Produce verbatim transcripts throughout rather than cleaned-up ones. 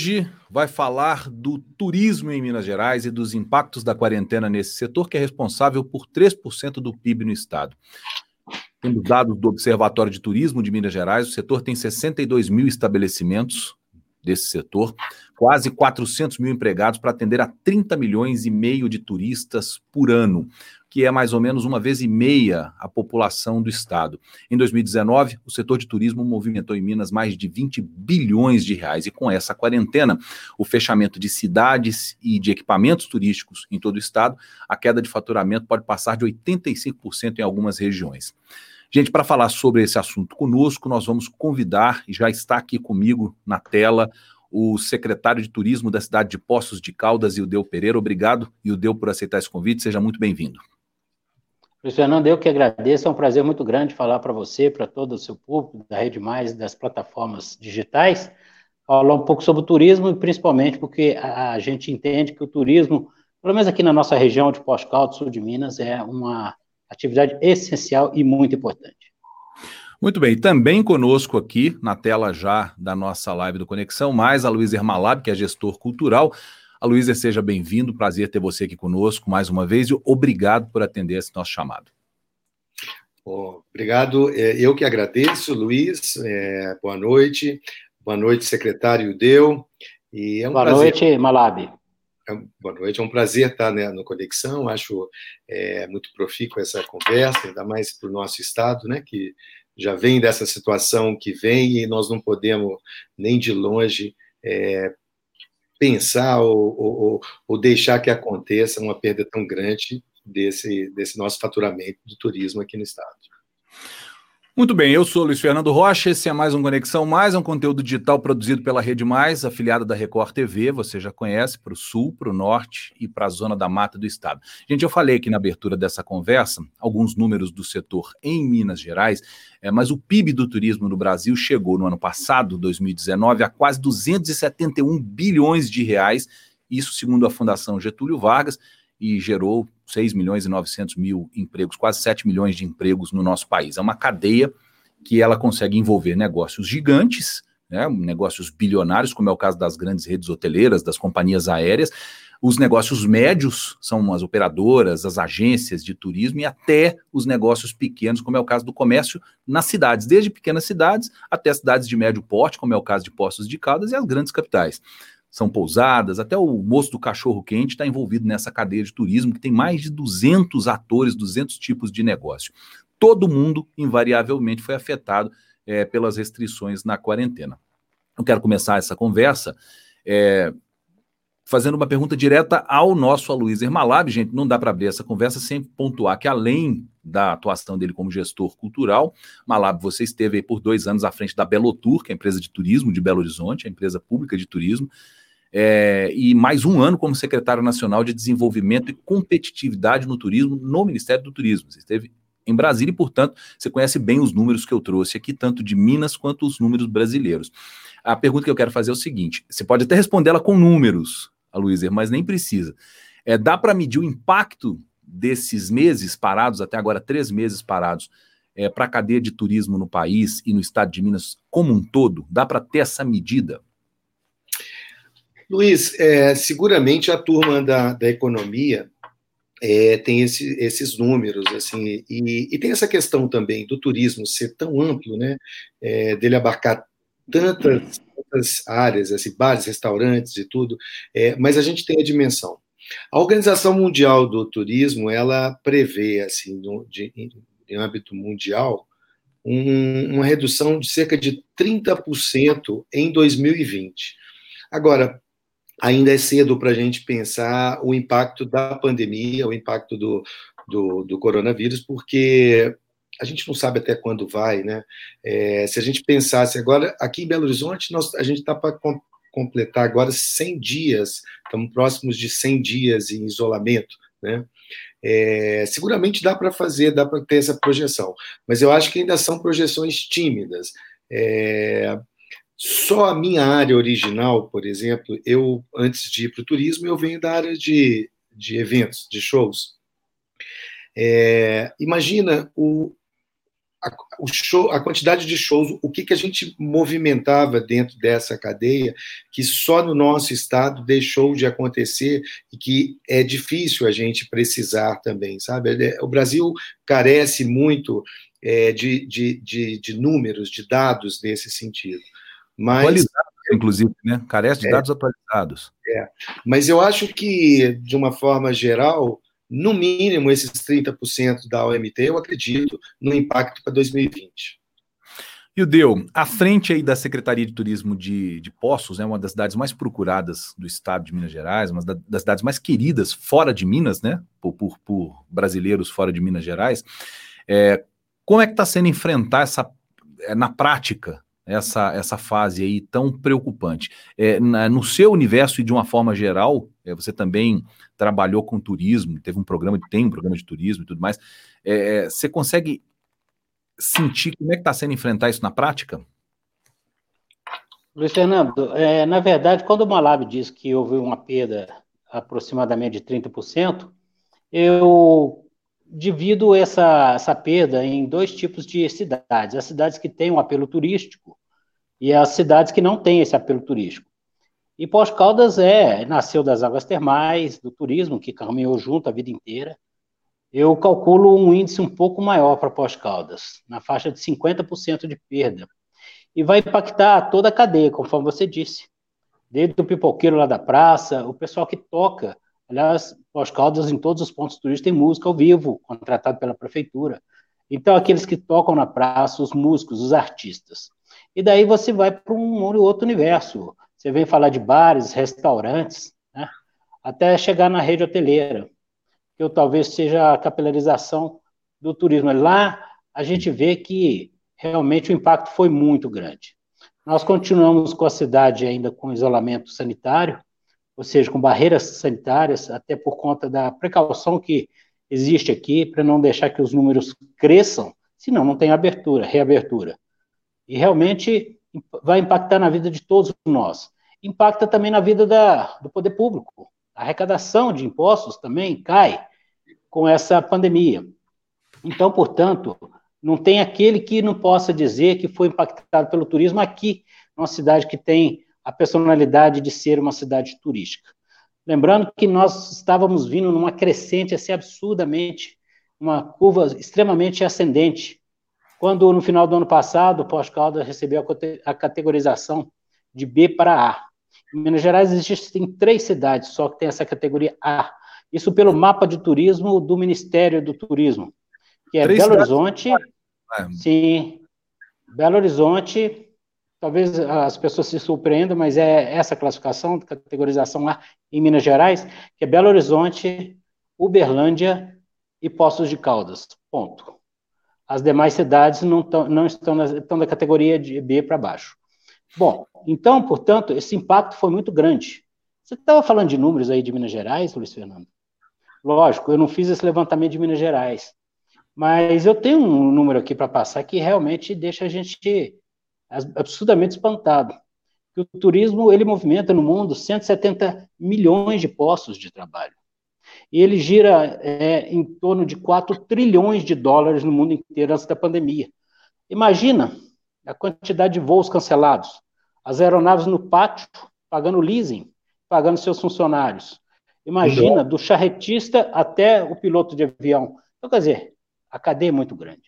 hoje vai falar do turismo em Minas Gerais e dos impactos da quarentena nesse setor, que é responsável por três por cento do P I B no estado. Temos dados do Observatório de Turismo de Minas Gerais, o setor tem sessenta e dois mil estabelecimentos desse setor, quase quatrocentos mil empregados para atender a trinta milhões e meio de turistas por ano, que é mais ou menos uma vez e meia a população do estado. Em dois mil e dezenove, o setor de turismo movimentou em Minas mais de vinte bilhões de reais, e com essa quarentena, o fechamento de cidades e de equipamentos turísticos em todo o estado, a queda de faturamento pode passar de oitenta e cinco por cento em algumas regiões. Gente, para falar sobre esse assunto conosco, nós vamos convidar, e já está aqui comigo na tela, o secretário de Turismo da cidade de Poços de Caldas, Ildeu Pereira. Obrigado, Ildeu, por aceitar esse convite. Seja muito bem-vindo. Luiz Fernando, eu que agradeço. É um prazer muito grande falar para você, para todo o seu público, da Rede Mais, das plataformas digitais, falar um pouco sobre o turismo, e principalmente porque a, a gente entende que o turismo, pelo menos aqui na nossa região de Poços de Caldas, sul de Minas, é uma atividade essencial e muito importante. Muito bem, também conosco aqui, na tela já da nossa live do Conexão Mais, a Luiz Ermalab, que é gestor cultural. A Luísa, seja bem-vindo, prazer ter você aqui conosco mais uma vez e obrigado por atender esse nosso chamado. Oh, obrigado, eu que agradeço, Luiz, é, boa noite, boa noite, secretário Ildeu. E é um boa prazer. noite, Malab. É, boa noite, é um prazer estar, né, no Conexão, acho é, muito profícua essa conversa, ainda mais para o nosso estado, né, que já vem dessa situação que vem e nós não podemos nem de longe é, pensar ou, ou, ou deixar que aconteça uma perda tão grande desse, desse nosso faturamento do turismo aqui no estado. Muito bem, eu sou Luiz Fernando Rocha, esse é mais um Conexão Mais, um conteúdo digital produzido pela Rede Mais, afiliada da Record T V, você já conhece, para o sul, para o norte e para a zona da mata do estado. Gente, eu falei aqui na abertura dessa conversa, alguns números do setor em Minas Gerais, é, mas o P I B do turismo no Brasil chegou no ano passado, dois mil e dezenove, a quase duzentos e setenta e um bilhões de reais, isso segundo a Fundação Getúlio Vargas, e gerou seis milhões e novecentos mil empregos, quase sete milhões de empregos no nosso país. É uma cadeia que ela consegue envolver negócios gigantes, né, negócios bilionários, como é o caso das grandes redes hoteleiras, das companhias aéreas, os negócios médios, são as operadoras, as agências de turismo, e até os negócios pequenos, como é o caso do comércio nas cidades, desde pequenas cidades até cidades de médio porte, como é o caso de Poços de Caldas e as grandes capitais. São pousadas, até o moço do cachorro-quente está envolvido nessa cadeia de turismo, que tem mais de duzentos atores, duzentos tipos de negócio. Todo mundo, invariavelmente, foi afetado é, pelas restrições na quarentena. Eu quero começar essa conversa é, fazendo uma pergunta direta ao nosso Aloysio Ermalab. Gente, não dá para abrir essa conversa sem pontuar que, além da atuação dele como gestor cultural, Malab, você esteve aí por dois anos à frente da Belotur, que é a empresa de turismo de Belo Horizonte, a empresa pública de turismo, É, e mais um ano como secretário nacional de desenvolvimento e competitividade no turismo no Ministério do Turismo. Você esteve em Brasília e, portanto, você conhece bem os números que eu trouxe aqui, tanto de Minas quanto os números brasileiros. A pergunta que eu quero fazer é o seguinte, você pode até responder ela com números, Aloysio, mas nem precisa. É, dá para medir o impacto desses meses parados, até agora três meses parados, é, para a cadeia de turismo no país e no estado de Minas como um todo? Dá para ter essa medida? Luiz, é, seguramente a turma da, da economia é, tem esse, esses números, assim, e, e tem essa questão também do turismo ser tão amplo, né, é, dele abarcar tantas, tantas áreas, assim, bares, restaurantes e tudo, é, mas a gente tem a dimensão. A Organização Mundial do Turismo, ela prevê, assim, no, de, em, em âmbito mundial, um, uma redução de cerca de trinta por cento em dois mil e vinte. Agora, ainda é cedo para a gente pensar o impacto da pandemia, o impacto do, do, do coronavírus, porque a gente não sabe até quando vai, né? É, se a gente pensasse agora, aqui em Belo Horizonte, nós, a gente está para com, completar agora cem dias, estamos próximos de cem dias em isolamento, né? É, seguramente dá para fazer, dá para ter essa projeção, mas eu acho que ainda são projeções tímidas. É, Só a minha área original, por exemplo, eu, antes de ir para o turismo, eu venho da área de, de eventos, de shows. É, imagina o, a, o show, a quantidade de shows, o que, que a gente movimentava dentro dessa cadeia, que só no nosso estado deixou de acontecer e que é difícil a gente precisar também, sabe? O Brasil carece muito é, de, de, de, de números, de dados nesse sentido. Mas, atualizados, inclusive, né? Carece de dados é, atualizados. É. Mas eu acho que, de uma forma geral, no mínimo, esses trinta por cento da O M T, eu acredito no impacto para dois mil e vinte. Ildeu, à frente aí da Secretaria de Turismo de, de Poços, né, uma das cidades mais procuradas do estado de Minas Gerais, uma das cidades mais queridas fora de Minas, né, por, por, por brasileiros fora de Minas Gerais, é, como é que está sendo enfrentar essa, na prática, essa, essa fase aí tão preocupante? É, na, no seu universo e de uma forma geral, é, você também trabalhou com turismo, teve um programa, tem um programa de turismo e tudo mais, é, você consegue sentir como é que está sendo enfrentar isso na prática? Luiz Fernando, é, na verdade, quando o Malab diz que houve uma perda aproximadamente de trinta por cento, eu divido essa, essa perda em dois tipos de cidades. As cidades que têm um apelo turístico e as cidades que não têm esse apelo turístico. E Poços de Caldas é, nasceu das águas termais, do turismo, que caminhou junto a vida inteira. Eu calculo um índice um pouco maior para Poços de Caldas, na faixa de cinquenta por cento de perda. E vai impactar toda a cadeia, conforme você disse. Desde o pipoqueiro lá da praça, o pessoal que toca. Aliás, Poços de Caldas, em todos os pontos turísticos, tem música ao vivo, contratado pela prefeitura. Então, aqueles que tocam na praça, os músicos, os artistas. E daí você vai para um outro universo. Você vem falar de bares, restaurantes, né? Até chegar na rede hoteleira, que talvez seja a capilarização do turismo. Lá, a gente vê que realmente o impacto foi muito grande. Nós continuamos com a cidade ainda com isolamento sanitário, ou seja, com barreiras sanitárias, até por conta da precaução que existe aqui, para não deixar que os números cresçam, senão não tem abertura, reabertura. E realmente vai impactar na vida de todos nós. Impacta também na vida da, do poder público. A arrecadação de impostos também cai com essa pandemia. Então, portanto, não tem aquele que não possa dizer que foi impactado pelo turismo aqui, numa cidade que tem a personalidade de ser uma cidade turística. Lembrando que nós estávamos vindo numa crescente assim, absurdamente, uma curva extremamente ascendente, quando no final do ano passado, Poços de Caldas recebeu a categorização de B para A. Em Minas Gerais existem três cidades só que tem essa categoria A. Isso pelo mapa de turismo do Ministério do Turismo, que é três Belo cidades? Horizonte, é. Sim, Belo Horizonte, talvez as pessoas se surpreendam, mas é essa classificação, categorização A em Minas Gerais, que é Belo Horizonte, Uberlândia e Poços de Caldas, ponto. As demais cidades não, tão, não estão, na, estão da categoria de B para baixo. Bom, então, portanto, esse impacto foi muito grande. Você estava falando de números aí de Minas Gerais, Luiz Fernando? Lógico, eu não fiz esse levantamento de Minas Gerais, mas eu tenho um número aqui para passar que realmente deixa a gente absurdamente espantado. Que o turismo, ele movimenta no mundo cento e setenta milhões de postos de trabalho. E ele gira é, em torno de quatro trilhões de dólares no mundo inteiro antes da pandemia. Imagina a quantidade de voos cancelados, as aeronaves no pátio, pagando leasing, pagando seus funcionários. Imagina, do charretista até o piloto de avião. Então, quer dizer, a cadeia é muito grande.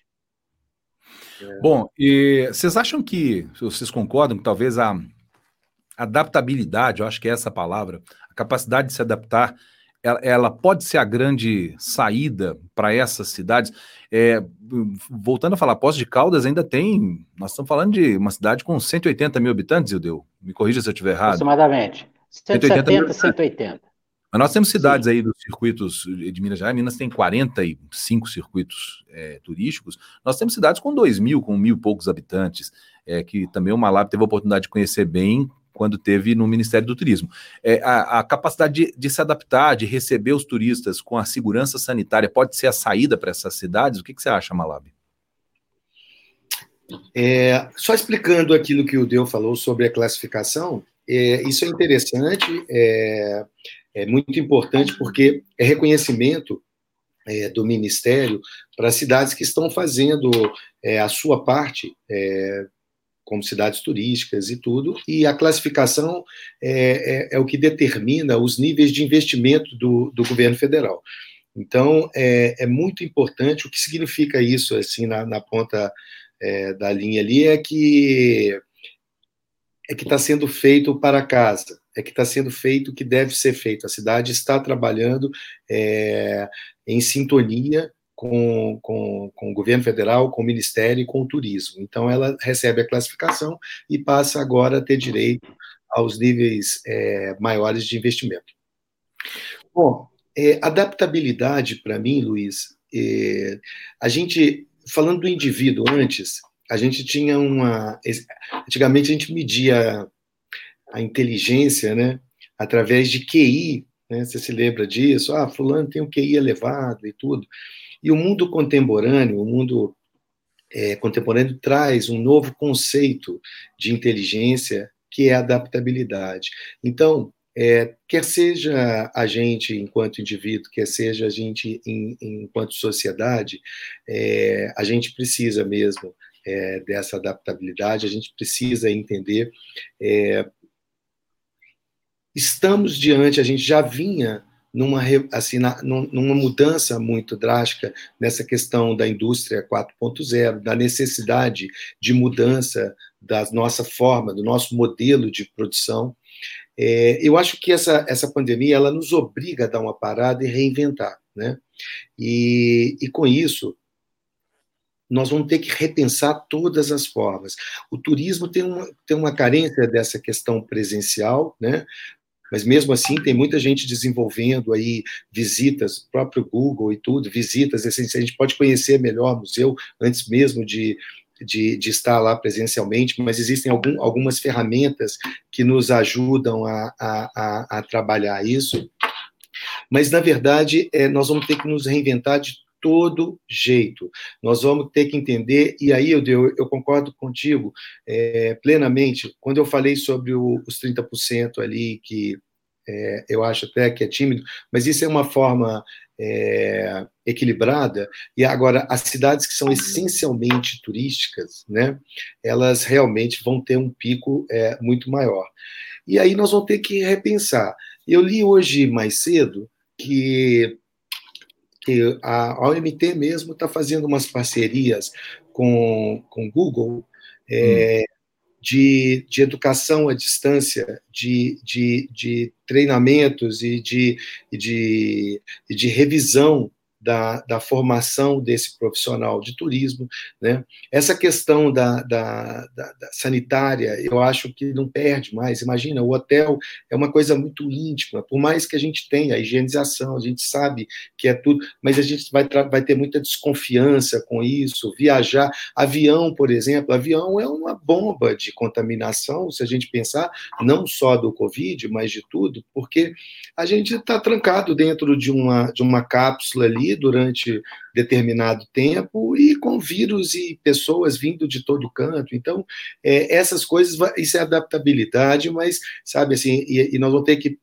Bom, e vocês acham que, vocês concordam que talvez a adaptabilidade, eu acho que é essa a palavra, a capacidade de se adaptar, ela, ela pode ser a grande saída para essas cidades? É, voltando a falar, Poços de Caldas ainda tem, nós estamos falando de uma cidade com cento e oitenta mil habitantes, Ildeu, me corrija se eu estiver errado. Aproximadamente, cento e setenta, cento e oitenta. Mas nós temos cidades Sim. aí dos circuitos de Minas Gerais, Minas tem quarenta e cinco circuitos é, turísticos, nós temos cidades com dois mil, com mil e poucos habitantes, é, que também o Malab teve a oportunidade de conhecer bem quando teve no Ministério do Turismo. É, a, a capacidade de, de se adaptar, de receber os turistas com a segurança sanitária, pode ser a saída para essas cidades? O que, que você acha, Malab? É, só explicando aquilo que o Deu falou sobre a classificação, é, isso é interessante, é, é muito importante, porque é reconhecimento é, do Ministério para cidades que estão fazendo é, a sua parte, é, como cidades turísticas e tudo, e a classificação é, é, é o que determina os níveis de investimento do, do governo federal. Então, é, é muito importante. O que significa isso, assim, na, na ponta é, da linha ali, é que é que está sendo feito para casa, é que está sendo feito o que deve ser feito. A cidade está trabalhando é, em sintonia com, com, com o governo federal, com o Ministério e com o turismo. Então, ela recebe a classificação e passa agora a ter direito aos níveis é, maiores de investimento. Bom, é, adaptabilidade, para mim, Luiz, é, a gente, falando do indivíduo antes, a gente tinha uma... Antigamente, a gente media a inteligência, né, através de Q I, né, você se lembra disso? Ah, fulano tem um Q I elevado e tudo. E o mundo contemporâneo, o mundo é, contemporâneo traz um novo conceito de inteligência, que é a adaptabilidade. Então, é, quer seja a gente enquanto indivíduo, quer seja a gente em, enquanto sociedade, é, a gente precisa mesmo é, dessa adaptabilidade, a gente precisa entender. É, estamos diante, a gente já vinha numa, assim, na, numa mudança muito drástica nessa questão da indústria quatro ponto zero, da necessidade de mudança da nossa forma, do nosso modelo de produção. É, eu acho que essa, essa pandemia ela nos obriga a dar uma parada e reinventar, né? E, e com isso, nós vamos ter que repensar todas as formas. O turismo tem uma, tem uma carência dessa questão presencial, né? Mas mesmo assim tem muita gente desenvolvendo aí visitas, o próprio Google e tudo, visitas, assim, a gente pode conhecer melhor o museu antes mesmo de, de, de estar lá presencialmente, mas existem algum, algumas ferramentas que nos ajudam a, a, a, a trabalhar isso. Mas, na verdade, é, nós vamos ter que nos reinventar de todo jeito. Nós vamos ter que entender, e aí eu, eu, eu concordo contigo é, plenamente, quando eu falei sobre o, os trinta por cento ali, que é, eu acho até que é tímido, mas isso é uma forma é, equilibrada, e agora as cidades que são essencialmente turísticas, né, elas realmente vão ter um pico é, muito maior. E aí nós vamos ter que repensar. Eu li hoje mais cedo que que a O M T mesmo está fazendo umas parcerias com o Google é, hum. de, de educação à distância, de, de, de treinamentos e de, de, de revisão da, da formação desse profissional de turismo, né? Essa questão da, da, da, da sanitária, eu acho que não perde mais. Imagina, o hotel é uma coisa muito íntima, por mais que a gente tenha a higienização, a gente sabe que é tudo, mas a gente vai, vai ter muita desconfiança com isso. Viajar, avião, por exemplo, avião é uma bomba de contaminação, se a gente pensar, não só do Covid, mas de tudo, porque a gente está trancado dentro de uma, de uma cápsula ali durante determinado tempo e com vírus e pessoas vindo de todo canto. Então, é, essas coisas, isso é adaptabilidade, mas, sabe, assim, e, e nós vamos ter que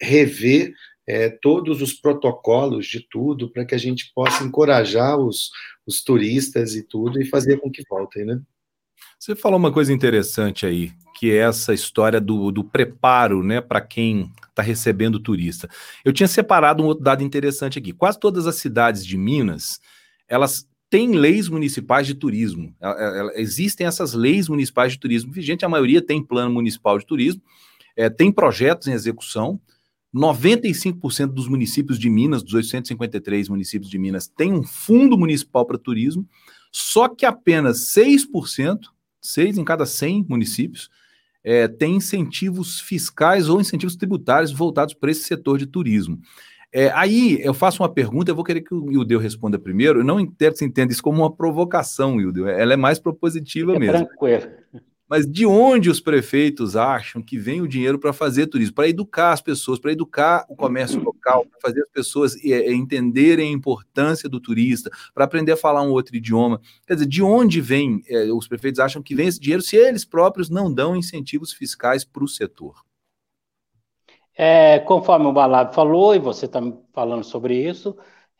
rever é, todos os protocolos de tudo para que a gente possa encorajar os, os turistas e tudo e fazer com que voltem, né? Você falou uma coisa interessante aí, que é essa história do, do preparo, né, para quem está recebendo turista. Eu tinha separado um outro dado interessante aqui. Quase todas as cidades de Minas, elas têm leis municipais de turismo. Ela, ela, existem essas leis municipais de turismo vigentes, a maioria tem plano municipal de turismo, é, tem projetos em execução. noventa e cinco por cento dos municípios de Minas, dos oitocentos e cinquenta e três municípios de Minas, tem um fundo municipal para turismo, só que apenas seis por cento, seis em cada cem municípios, é, tem incentivos fiscais ou incentivos tributários voltados para esse setor de turismo. É, aí eu faço uma pergunta, eu vou querer que o Ildeu responda primeiro. Eu não quero que você entenda isso como uma provocação, Ildeu, ela é mais propositiva é mesmo. Tranquilo. Mas de onde os prefeitos acham que vem o dinheiro para fazer turismo? Para educar as pessoas, para educar o comércio local, para fazer as pessoas é, entenderem a importância do turista, para aprender a falar um outro idioma. Quer dizer, de onde vem, é, os prefeitos acham que vem esse dinheiro se eles próprios não dão incentivos fiscais para o setor? É, conforme o Balab falou, e você está falando sobre isso,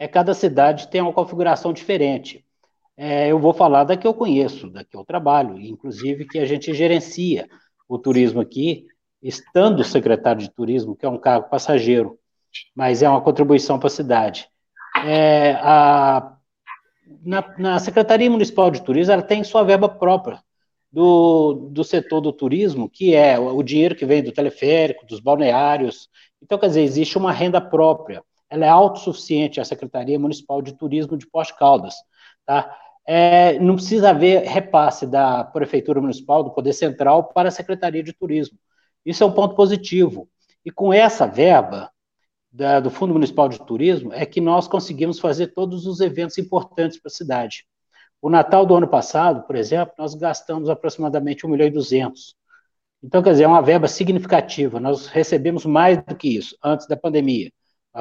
é cada cidade tem uma configuração diferente. É, eu vou falar da que eu conheço, da que eu trabalho, inclusive que a gente gerencia o turismo aqui, estando secretário de turismo, que é um cargo passageiro, mas é uma contribuição para a cidade. É, a, na, na Secretaria Municipal de Turismo, ela tem sua verba própria do, do setor do turismo, que é o dinheiro que vem do teleférico, dos balneários. Então, quer dizer, existe uma renda própria. Ela é autossuficiente, a Secretaria Municipal de Turismo de Poços de Caldas, tá? É, não precisa haver repasse da Prefeitura Municipal, do Poder Central, para a Secretaria de Turismo. Isso é um ponto positivo. E com essa verba da, do Fundo Municipal de Turismo, é que nós conseguimos fazer todos os eventos importantes para a cidade. O Natal do ano passado, por exemplo, nós gastamos aproximadamente um milhão e duzentos. Então, quer dizer, é uma verba significativa. Nós recebemos mais do que isso antes da pandemia.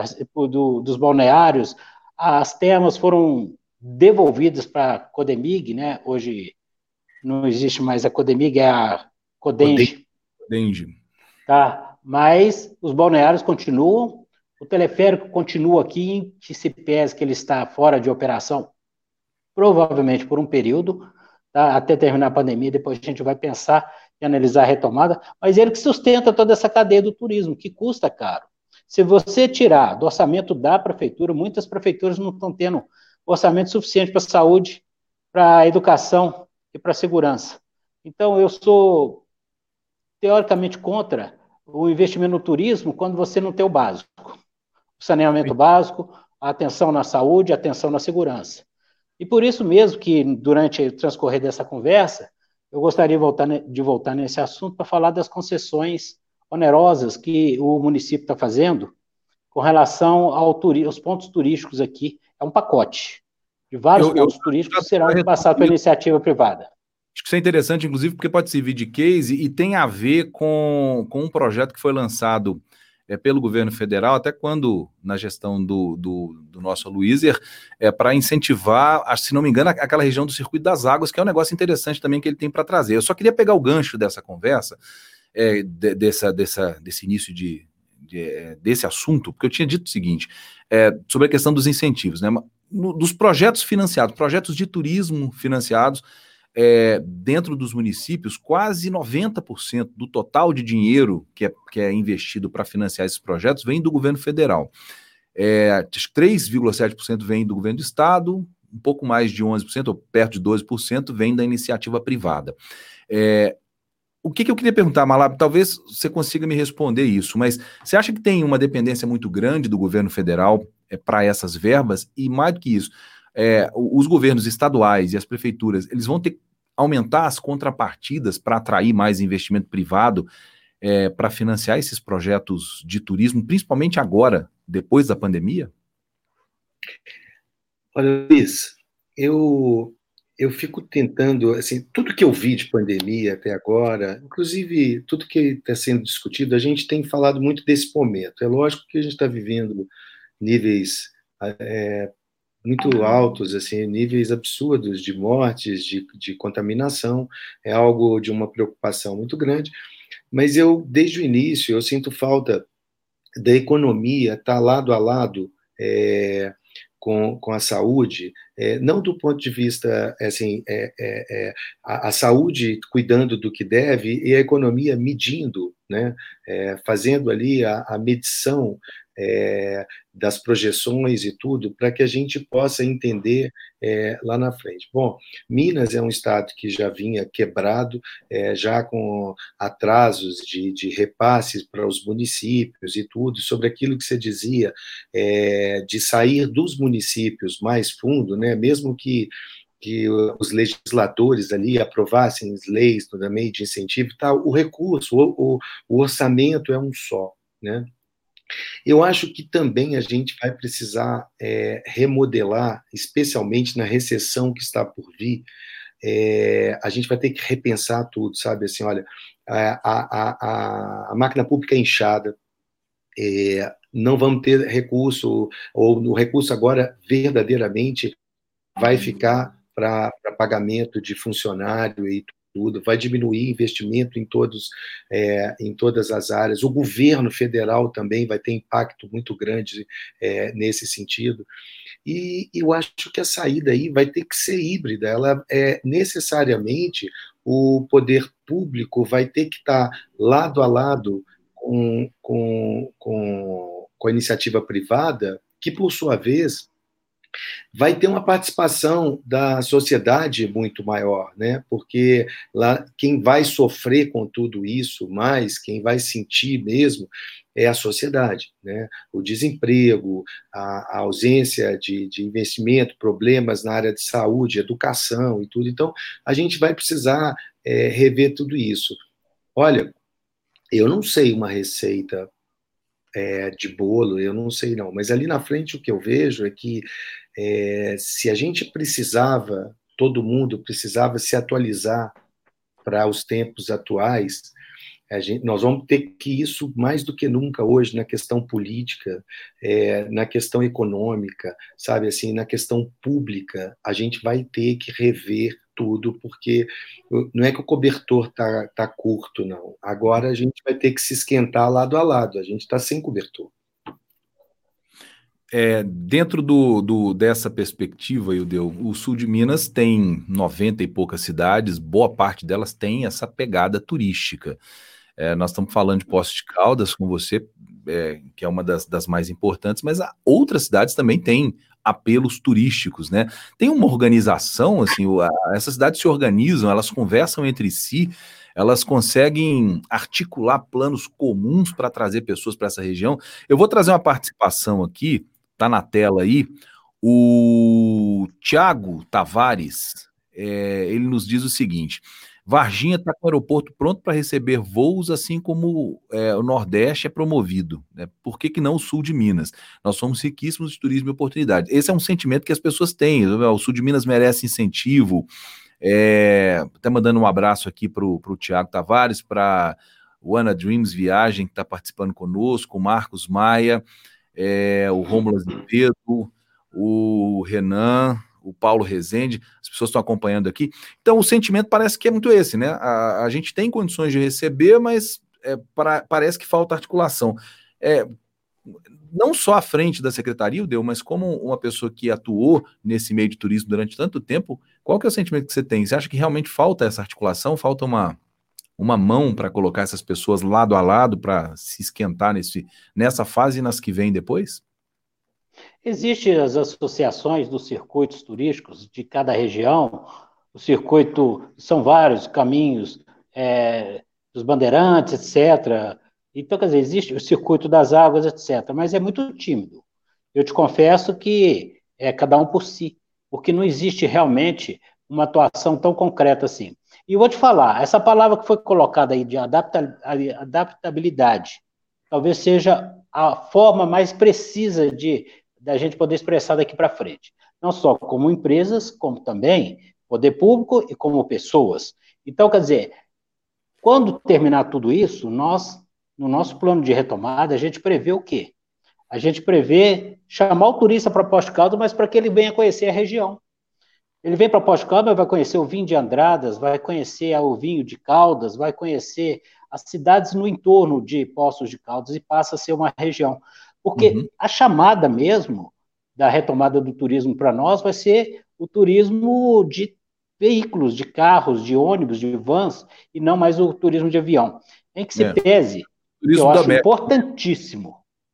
Do, dos balneários, as termas foram devolvidas para a Codemig, né? Hoje não existe mais a Codemig, é a Codenge. Codenge. Tá? Mas os balneários continuam, o teleférico continua aqui, que se pese que ele está fora de operação, provavelmente por um período, tá? Até terminar a pandemia, depois a gente vai pensar em analisar a retomada, mas ele que sustenta toda essa cadeia do turismo, que custa caro. Se você tirar do orçamento da prefeitura, muitas prefeituras não estão tendo orçamento suficiente para a saúde, para a educação e para a segurança. Então, eu sou, teoricamente, contra o investimento no turismo quando você não tem o básico. O saneamento básico, a atenção na saúde, a atenção na segurança. E por isso mesmo que, durante o transcorrer dessa conversa, eu gostaria de voltar, de voltar nesse assunto para falar das concessões onerosas que o município está fazendo com relação ao turi- aos pontos turísticos aqui. É um pacote de vários Eu- pontos eu- turísticos que serão passados para iniciativa privada. Acho que isso é interessante, inclusive, porque pode servir de case e tem a ver com, com um projeto que foi lançado é, pelo governo federal, até quando, na gestão do, do, do nosso Luizer, é, para incentivar, acho, se não me engano, aquela região do Circuito das Águas, que é um negócio interessante também que ele tem para trazer. Eu só queria pegar o gancho dessa conversa, é, de, dessa, dessa, desse início de, de, desse assunto, porque eu tinha dito o seguinte, é, sobre a questão dos incentivos, né? No, dos projetos financiados, projetos de turismo financiados, É, dentro dos municípios, quase noventa por cento do total de dinheiro que é, que é investido para financiar esses projetos vem do governo federal. É, três vírgula sete por cento vem do governo do estado, um pouco mais de onze por cento, ou perto de doze por cento, vem da iniciativa privada. É, o que, que eu queria perguntar, Malab, talvez você consiga me responder isso, mas você acha que tem uma dependência muito grande do governo federal é, para essas verbas? E mais do que isso, É, os governos estaduais e as prefeituras, eles vão ter que aumentar as contrapartidas para atrair mais investimento privado é, para financiar esses projetos de turismo, principalmente agora, depois da pandemia? Olha, Luiz, eu, eu fico tentando, assim, tudo que eu vi de pandemia até agora, inclusive tudo que está sendo discutido, a gente tem falado muito desse momento. É lógico que a gente está vivendo níveis é, muito altos, assim, níveis absurdos de mortes, de, de contaminação, é algo de uma preocupação muito grande, mas eu, desde o início, eu sinto falta da economia estar lado a lado é, com, com a saúde, é, não do ponto de vista, assim, é, é, é, a, a saúde cuidando do que deve e a economia medindo, né, é, fazendo ali a, a medição é, das projeções e tudo, para que a gente possa entender é, lá na frente. Bom, Minas é um estado que já vinha quebrado, é, já com atrasos de, de repasses para os municípios e tudo, sobre aquilo que você dizia, é, de sair dos municípios mais fundo, né, mesmo que que os legisladores ali aprovassem leis também de incentivo e tal, o recurso, o, o, o orçamento é um só, né? Eu acho que também a gente vai precisar é, remodelar, especialmente na recessão que está por vir, é, a gente vai ter que repensar tudo, sabe? Assim, olha, a, a, a, a máquina pública é inchada, é, não vamos ter recurso, ou o recurso agora verdadeiramente vai ficar para pagamento de funcionário e tudo, vai diminuir investimento em, todos, é, em todas as áreas. O governo federal também vai ter impacto muito grande é, nesse sentido. E eu acho que a saída aí vai ter que ser híbrida. Ela é necessariamente o poder público vai ter que estar lado a lado com, com, com, com a iniciativa privada, que, por sua vez, vai ter uma participação da sociedade muito maior, né? Porque lá quem vai sofrer com tudo isso mais, quem vai sentir mesmo, é a sociedade, né? O desemprego, a, a ausência de, de investimento, problemas na área de saúde, educação e tudo. Então, a gente vai precisar é, rever tudo isso. Olha, eu não sei uma receita é, de bolo, eu não sei não, mas ali na frente o que eu vejo é que é, se a gente precisava, todo mundo precisava se atualizar para os tempos atuais, a gente, nós vamos ter que isso mais do que nunca hoje na questão política, é, na questão econômica, sabe assim, na questão pública, a gente vai ter que rever tudo, porque não é que o cobertor está tá curto, não. Agora a gente vai ter que se esquentar lado a lado, a gente está sem cobertor. É, dentro do, do, dessa perspectiva, Ildeu, o sul de Minas tem noventa e poucas cidades, boa parte delas tem essa pegada turística. É, nós estamos falando de Poços de Caldas com você, é, que é uma das, das mais importantes, mas outras cidades também têm apelos turísticos, né? Tem uma organização, assim, a, essas cidades se organizam, elas conversam entre si, elas conseguem articular planos comuns para trazer pessoas para essa região. Eu vou trazer uma participação aqui, está na tela aí, o Tiago Tavares, é, ele nos diz o seguinte: Varginha está com o aeroporto pronto para receber voos, assim como é, o Nordeste é promovido, né? Por que, que não o sul de Minas? Nós somos riquíssimos de turismo e oportunidade. Esse é um sentimento que as pessoas têm, o sul de Minas merece incentivo. É, até mandando um abraço aqui para o Tiago Tavares, para o Ana Dreams Viagem, que está participando conosco, o Marcos Maia, é, o Rômulo Azevedo, o Renan, o Paulo Rezende, as pessoas estão acompanhando aqui. Então, o sentimento parece que é muito esse, né? A, a gente tem condições de receber, mas é, para, parece que falta articulação. É, não só à frente da secretaria, Ildeu, mas como uma pessoa que atuou nesse meio de turismo durante tanto tempo, qual que é o sentimento que você tem? Você acha que realmente falta essa articulação, falta uma, uma mão para colocar essas pessoas lado a lado para se esquentar nesse, nessa fase e nas que vêm depois? Existem as associações dos circuitos turísticos de cada região, o circuito, são vários caminhos, é, dos bandeirantes, etcétera. Então, quer dizer, existe o circuito das águas, etcétera, mas é muito tímido. Eu te confesso que é cada um por si, porque não existe realmente uma atuação tão concreta assim. E eu vou te falar, essa palavra que foi colocada aí de adaptabilidade, talvez seja a forma mais precisa de da gente poder expressar daqui para frente. Não só como empresas, como também poder público e como pessoas. Então, quer dizer, quando terminar tudo isso, nós, no nosso plano de retomada, a gente prevê o quê? A gente prevê chamar o turista para Poços de Caldas, mas para que ele venha conhecer a região. Ele vem para Poços de Caldas, vai conhecer o vinho de Andradas, vai conhecer o vinho de Caldas, vai conhecer as cidades no entorno de Poços de Caldas e passa a ser uma região. Porque uhum. a chamada mesmo da retomada do turismo para nós vai ser o turismo de veículos, de carros, de ônibus, de vans, e não mais o turismo de avião. Em que se é. pese, que eu acho doméstico. Importantíssimo,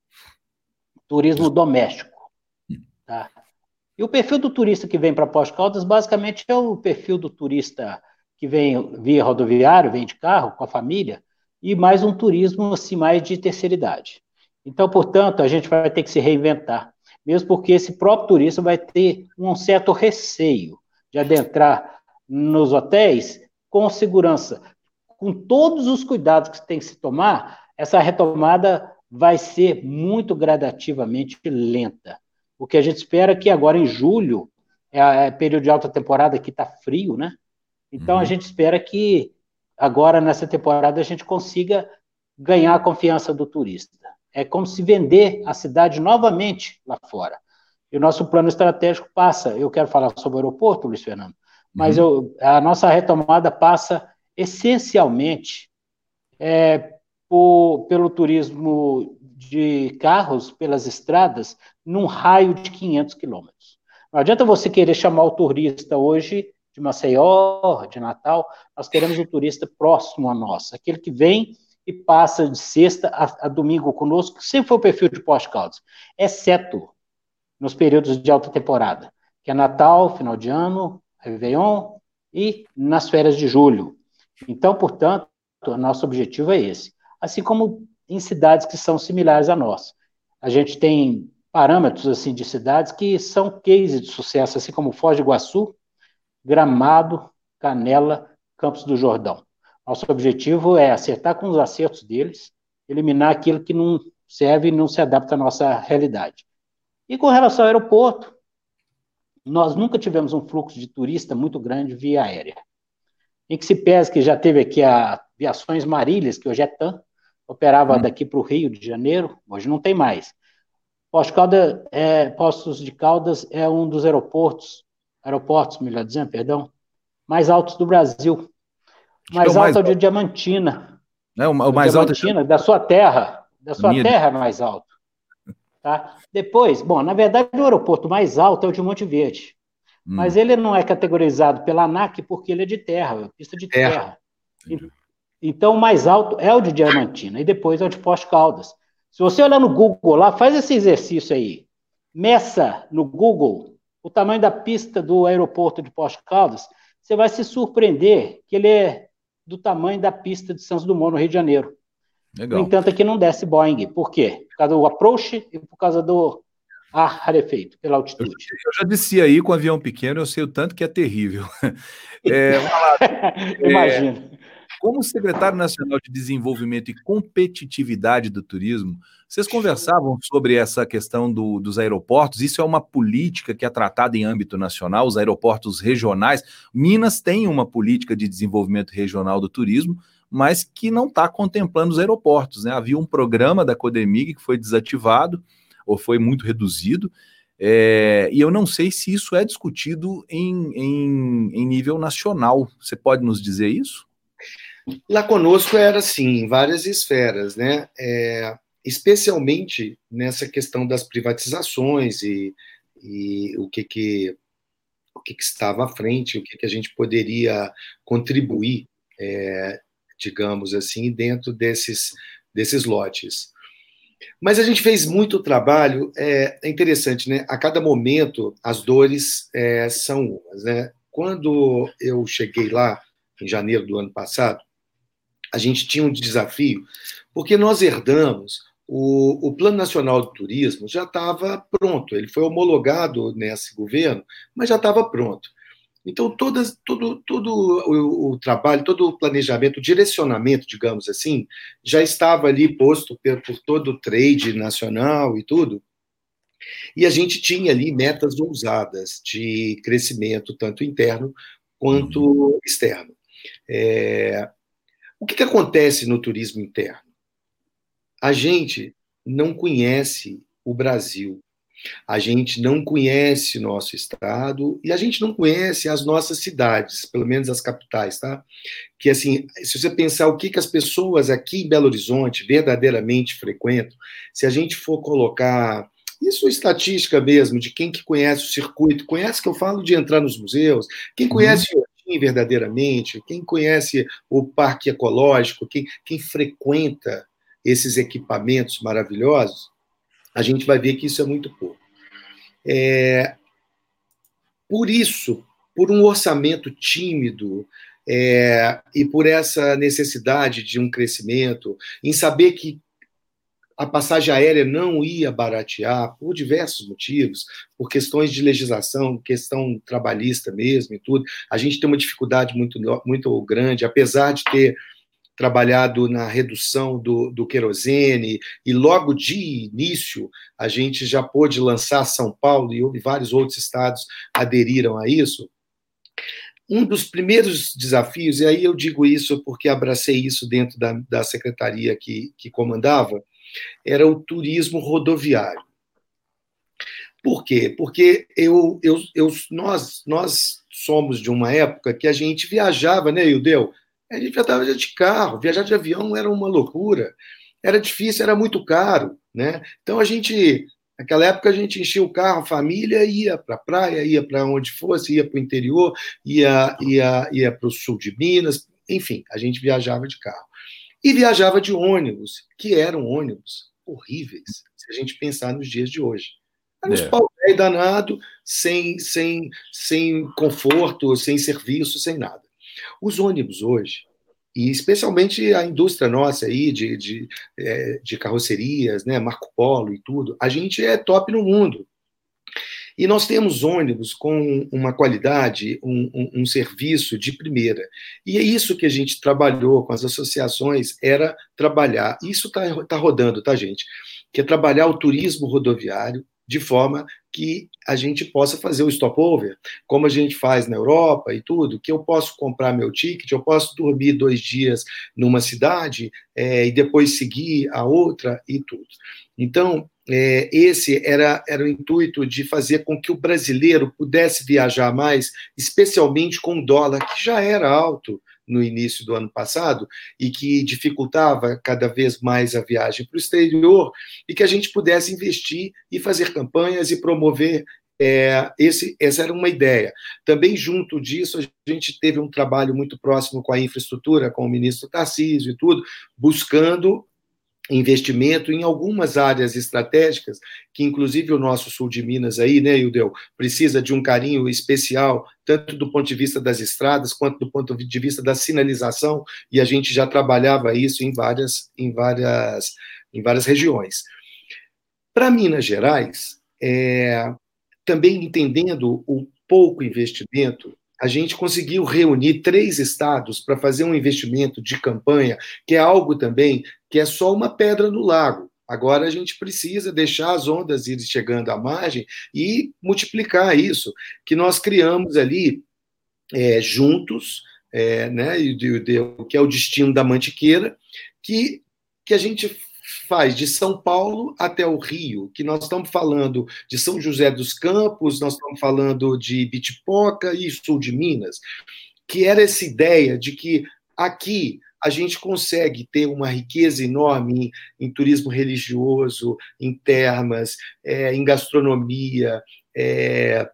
turismo doméstico. Tá? E o perfil do turista que vem para Poços de Caldas, basicamente, é o perfil do turista que vem via rodoviário, vem de carro, com a família, e mais um turismo assim, mais de terceira idade. Então, portanto, a gente vai ter que se reinventar, mesmo porque esse próprio turista vai ter um certo receio de adentrar nos hotéis com segurança. Com todos os cuidados que tem que se tomar, essa retomada vai ser muito gradativamente lenta. O que a gente espera é que agora em julho, é, é período de alta temporada, que está frio, né? Então, uhum. a gente espera que agora, nessa temporada, a gente consiga ganhar a confiança do turista. É como se vender a cidade novamente lá fora. E o nosso plano estratégico passa, eu quero falar sobre o aeroporto, Luiz Fernando, mas eu, a nossa retomada passa essencialmente é, por, pelo turismo de carros pelas estradas num raio de quinhentos quilômetros. Não adianta você querer chamar o turista hoje de Maceió, de Natal, nós queremos o turista próximo a nós, aquele que vem e passa de sexta a, a domingo conosco, que sempre foi o perfil de Poste-Caldas, exceto nos períodos de alta temporada, que é Natal, final de ano, Réveillon e nas férias de julho. Então, portanto, o nosso objetivo é esse. Assim como em cidades que são similares a nós. A gente tem parâmetros assim, de cidades que são case de sucesso, assim como Foz do Iguaçu, Gramado, Canela, Campos do Jordão. Nosso objetivo é acertar com os acertos deles, eliminar aquilo que não serve e não se adapta à nossa realidade. E com relação ao aeroporto, nós nunca tivemos um fluxo de turista muito grande via aérea. Em que se pese que já teve aqui a Aviações Marílias, que hoje é TAM, operava hum. daqui para o Rio de Janeiro, hoje não tem mais. Posto Caldas, é, Poços de Caldas é um dos aeroportos, aeroportos, melhor dizendo, perdão, mais altos do Brasil. Mais é alto mais é o de alto. Diamantina. É, o, o mais Diamantina, alto é... da sua terra. Da sua Minha... terra é mais alto. Tá? Depois, bom, na verdade, o aeroporto mais alto é o de Monte Verde. Hum. Mas ele não é categorizado pela ANAC porque ele é de terra, pista de terra. terra. Então, o mais alto é o de Diamantina e depois é o de Poste Caldas. Se você olhar no Google lá, faz esse exercício aí. Meça no Google o tamanho da pista do aeroporto de Poste Caldas, você vai se surpreender que ele é do tamanho da pista de Santos Dumont, no Rio de Janeiro. Legal. No entanto, aqui não desce Boeing. Por quê? Por causa do approach e por causa do ar rarefeito, pela altitude. Eu, eu já disse aí, com avião pequeno, eu sei o tanto que é terrível. É, lá, Imagino. É, como secretário nacional de Desenvolvimento e Competitividade do Turismo, vocês conversavam sobre essa questão do, dos aeroportos? Isso é uma política que é tratada em âmbito nacional, os aeroportos regionais. Minas tem uma política de desenvolvimento regional do turismo, mas que não está contemplando os aeroportos, né? Havia um programa da Codemig que foi desativado, ou foi muito reduzido, é, e eu não sei se isso é discutido em, em, em nível nacional. Você pode nos dizer isso? Lá conosco era assim, em várias esferas, né? É, especialmente nessa questão das privatizações e, e o, que, que, o que, que estava à frente, o que, que a gente poderia contribuir, é, digamos assim, dentro desses, desses lotes. Mas a gente fez muito trabalho, é, é interessante, né? A cada momento as dores é, são umas, né? Quando eu cheguei lá, em janeiro do ano passado, a gente tinha um desafio, porque nós herdamos o, o Plano Nacional de Turismo, já estava pronto, ele foi homologado nesse governo, mas já estava pronto. Então, todas, todo, todo o, o trabalho, todo o planejamento, o direcionamento, digamos assim, já estava ali posto por, por todo o trade nacional e tudo, e a gente tinha ali metas ousadas de crescimento, tanto interno quanto uhum. externo. É... O que, que acontece no turismo interno? A gente não conhece o Brasil, a gente não conhece nosso estado e a gente não conhece as nossas cidades, pelo menos as capitais, tá? Que, assim, se você pensar o que, que as pessoas aqui em Belo Horizonte verdadeiramente frequentam, se a gente for colocar... Isso é estatística mesmo, de quem que conhece o circuito, conhece que eu falo de entrar nos museus, quem conhece uhum. verdadeiramente, quem conhece o parque ecológico, quem, quem frequenta esses equipamentos maravilhosos, a gente vai ver que isso é muito pouco. É, por isso, por um orçamento tímido é, e por essa necessidade de um crescimento, em saber que a passagem aérea não ia baratear por diversos motivos, por questões de legislação, questão trabalhista mesmo e tudo. A gente tem uma dificuldade muito, muito grande, apesar de ter trabalhado na redução do, do querosene, e logo de início a gente já pôde lançar São Paulo, e vários outros estados aderiram a isso. Um dos primeiros desafios, e aí eu digo isso porque abracei isso dentro da, da secretaria que, que comandava, era o turismo rodoviário. Por quê? Porque eu, eu, eu, nós, nós somos de uma época que a gente viajava, né, Ildeu? A gente viajava de carro, viajar de avião era uma loucura, era difícil, era muito caro, né? Então a gente, naquela época a gente enchia o carro, a família ia para a praia, ia para onde fosse, ia para o interior, ia, ia, ia para o sul de Minas, enfim, a gente viajava de carro. E viajava de ônibus, que eram ônibus horríveis, se a gente pensar nos dias de hoje. Era uns é. pau velho danado, sem, sem, sem conforto, sem serviço, sem nada. Os ônibus hoje, e especialmente a indústria nossa aí de, de, de carrocerias, né, Marco Polo e tudo, a gente é top no mundo. E nós temos ônibus com uma qualidade, um, um, um serviço de primeira. E é isso que a gente trabalhou com as associações, era trabalhar, isso está tá rodando, tá, gente? Que é trabalhar o turismo rodoviário de forma que a gente possa fazer o stopover, como a gente faz na Europa e tudo, que eu posso comprar meu ticket, eu posso dormir dois dias numa cidade é, e depois seguir a outra e tudo. Então, é, esse era, era o intuito de fazer com que o brasileiro pudesse viajar mais, especialmente com o dólar, que já era alto no início do ano passado e que dificultava cada vez mais a viagem para o exterior, e que a gente pudesse investir e fazer campanhas e promover. É, esse, essa era uma ideia. Também, junto disso, a gente teve um trabalho muito próximo com a infraestrutura, com o ministro Tarcísio e tudo, buscando investimento em algumas áreas estratégicas, que inclusive o nosso sul de Minas aí, né, Ildeu, precisa de um carinho especial, tanto do ponto de vista das estradas, quanto do ponto de vista da sinalização, e a gente já trabalhava isso em várias, em várias, em várias regiões. Para Minas Gerais, é, também entendendo o pouco investimento, a gente conseguiu reunir três estados para fazer um investimento de campanha, que é algo também que é só uma pedra no lago. Agora a gente precisa deixar as ondas irem chegando à margem e multiplicar isso, que nós criamos ali é, juntos, é, né, que é o Destino da Mantiqueira, que, que a gente faz de São Paulo até o Rio, que nós estamos falando de São José dos Campos, nós estamos falando de Bitipoca e sul de Minas, que era essa ideia de que aqui a gente consegue ter uma riqueza enorme em, em turismo religioso, em termas, é, em gastronomia, é,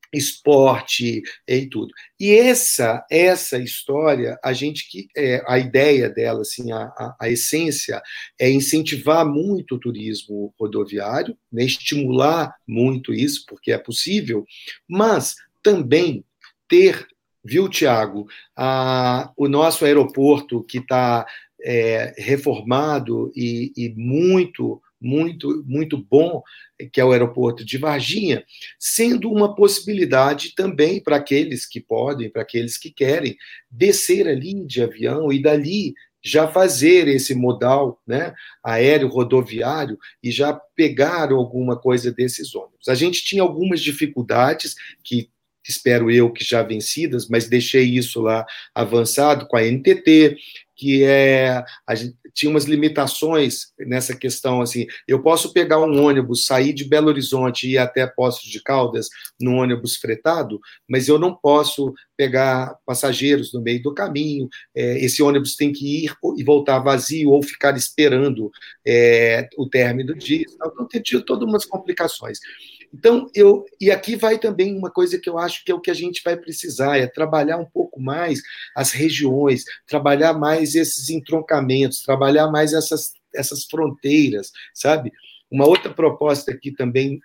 esporte e tudo. E essa essa história, a gente que é, a ideia dela, assim, a, a, a essência é incentivar muito o turismo rodoviário, né, estimular muito isso, porque é possível, mas também ter, viu, Tiago, o nosso aeroporto que está é, reformado e, e muito muito, muito bom, que é o aeroporto de Varginha, sendo uma possibilidade também para aqueles que podem, para aqueles que querem, descer ali de avião e dali já fazer esse modal, né, aéreo rodoviário e já pegar alguma coisa desses ônibus. A gente tinha algumas dificuldades que espero eu que já vencidas, mas deixei isso lá avançado com a N T T, que é, a gente tinha umas limitações nessa questão, assim, eu posso pegar um ônibus, sair de Belo Horizonte e ir até Poços de Caldas num ônibus fretado, mas eu não posso pegar passageiros no meio do caminho, é, esse ônibus tem que ir e voltar vazio ou ficar esperando é, o término disso, então tem tido todas umas complicações. Então, eu, e aqui vai também uma coisa que eu acho que é o que a gente vai precisar, é trabalhar um pouco mais as regiões, trabalhar mais esses entroncamentos, trabalhar mais essas, essas fronteiras, sabe? Uma outra proposta aqui também,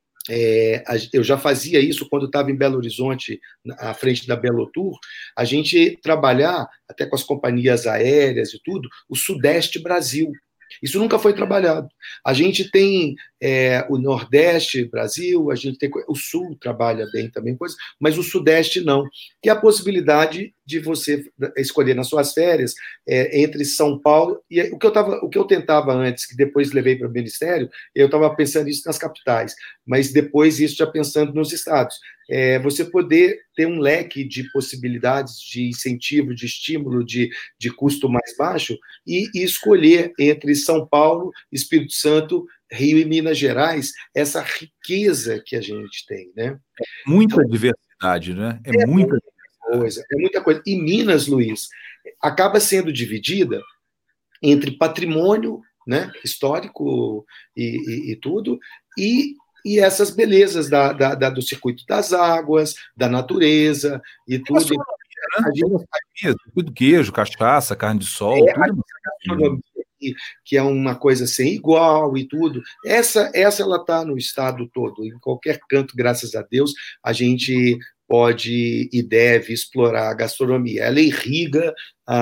é, eu já fazia isso quando estava em Belo Horizonte, à frente da Belotour, a gente trabalhar, até com as companhias aéreas e tudo, o Sudeste Brasil. Isso nunca foi trabalhado. A gente tem é, o Nordeste Brasil, a gente tem o Sul trabalha bem também, coisa, mas o Sudeste não. Que é a possibilidade de você escolher nas suas férias é, entre São Paulo e o que eu tava, o que eu tentava antes, que depois levei para o Ministério, eu estava pensando isso nas capitais, mas depois isso já pensando nos estados. É, você poder ter um leque de possibilidades de incentivo, de estímulo, de, de custo mais baixo e, e escolher entre São Paulo, Espírito Santo, Rio e Minas Gerais, essa riqueza que a gente tem, né? Muita então, diversidade diversidade, né? É, é muita coisa, é muita coisa. E Minas, Luiz, acaba sendo dividida entre patrimônio, né, histórico e, e, e tudo, e, e essas belezas da, da, da, do circuito das águas, da natureza e tudo. A gente tudo queijo, cachaça, carne de sol, é, tudo. Gastronomia que, que é uma coisa sem igual e tudo. Essa, essa ela está no estado todo, em qualquer canto, graças a Deus, a gente pode e deve explorar a gastronomia. Ela irriga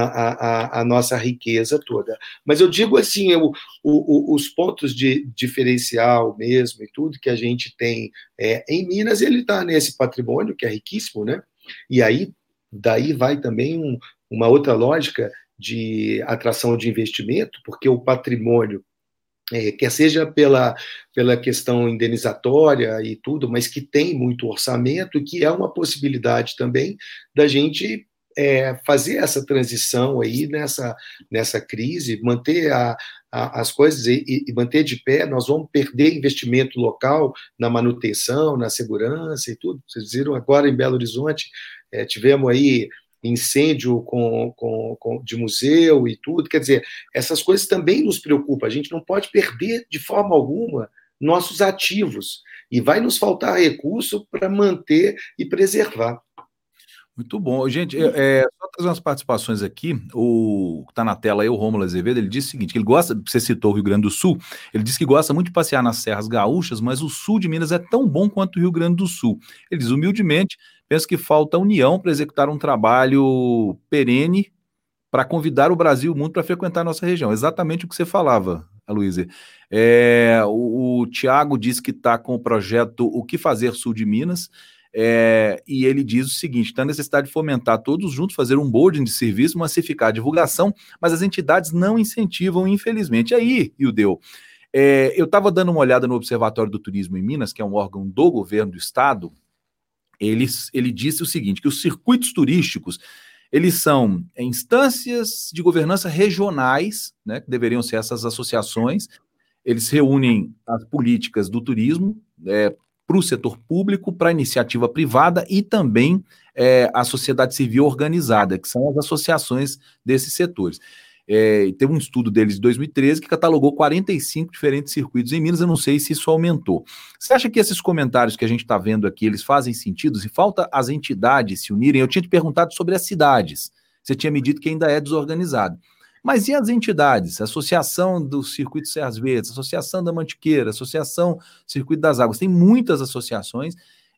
a, a, a nossa riqueza toda. Mas eu digo assim, eu, o, o, os pontos de diferencial mesmo e tudo que a gente tem é, em Minas, ele está nesse patrimônio que é riquíssimo, né? E aí, daí vai também um, uma outra lógica de atração de investimento, porque o patrimônio, é, quer seja pela, pela questão indenizatória e tudo, mas que tem muito orçamento e que é uma possibilidade também da gente é, fazer essa transição aí nessa, nessa crise, manter a, a, as coisas e, e manter de pé. Nós vamos perder investimento local na manutenção, na segurança e tudo. Vocês viram agora em Belo Horizonte, é, tivemos aí incêndio com, com, com, de museu e tudo, quer dizer, essas coisas também nos preocupam, a gente não pode perder de forma alguma nossos ativos, e vai nos faltar recurso para manter e preservar. Muito bom. Gente, é, só trazer umas participações aqui, o que está na tela aí, o Rômulo Azevedo, ele disse o seguinte, que ele gosta, você citou o Rio Grande do Sul, ele disse que gosta muito de passear nas serras gaúchas, mas o sul de Minas é tão bom quanto o Rio Grande do Sul. Ele diz, humildemente, penso que falta união para executar um trabalho perene para convidar o Brasil e o mundo para frequentar a nossa região. Exatamente o que você falava, Aloysio. É, o, o Tiago disse que está com o projeto O Que Fazer Sul de Minas, é, e ele diz o seguinte, está a necessidade de fomentar todos juntos, fazer um boarding de serviço, massificar a divulgação, mas as entidades não incentivam, infelizmente. Aí, Ildeu, é, eu estava dando uma olhada no Observatório do Turismo em Minas, que é um órgão do governo do estado, ele, ele disse o seguinte, que os circuitos turísticos eles são instâncias de governança regionais, né, que deveriam ser essas associações, eles reúnem as políticas do turismo é, para o setor público, para a iniciativa privada e também é, a sociedade civil organizada, que são as associações desses setores. É, teve um estudo deles de dois mil e treze que catalogou quarenta e cinco diferentes circuitos em Minas, eu não sei se isso aumentou. Você acha que esses comentários que a gente está vendo aqui, eles fazem sentido? Se falta as entidades se unirem, eu tinha te perguntado sobre as cidades, você tinha me dito que ainda é desorganizado. Mas e as entidades? Associação do Circuito Serras Verdes, Associação da Mantiqueira, Associação Circuito das Águas, tem muitas associações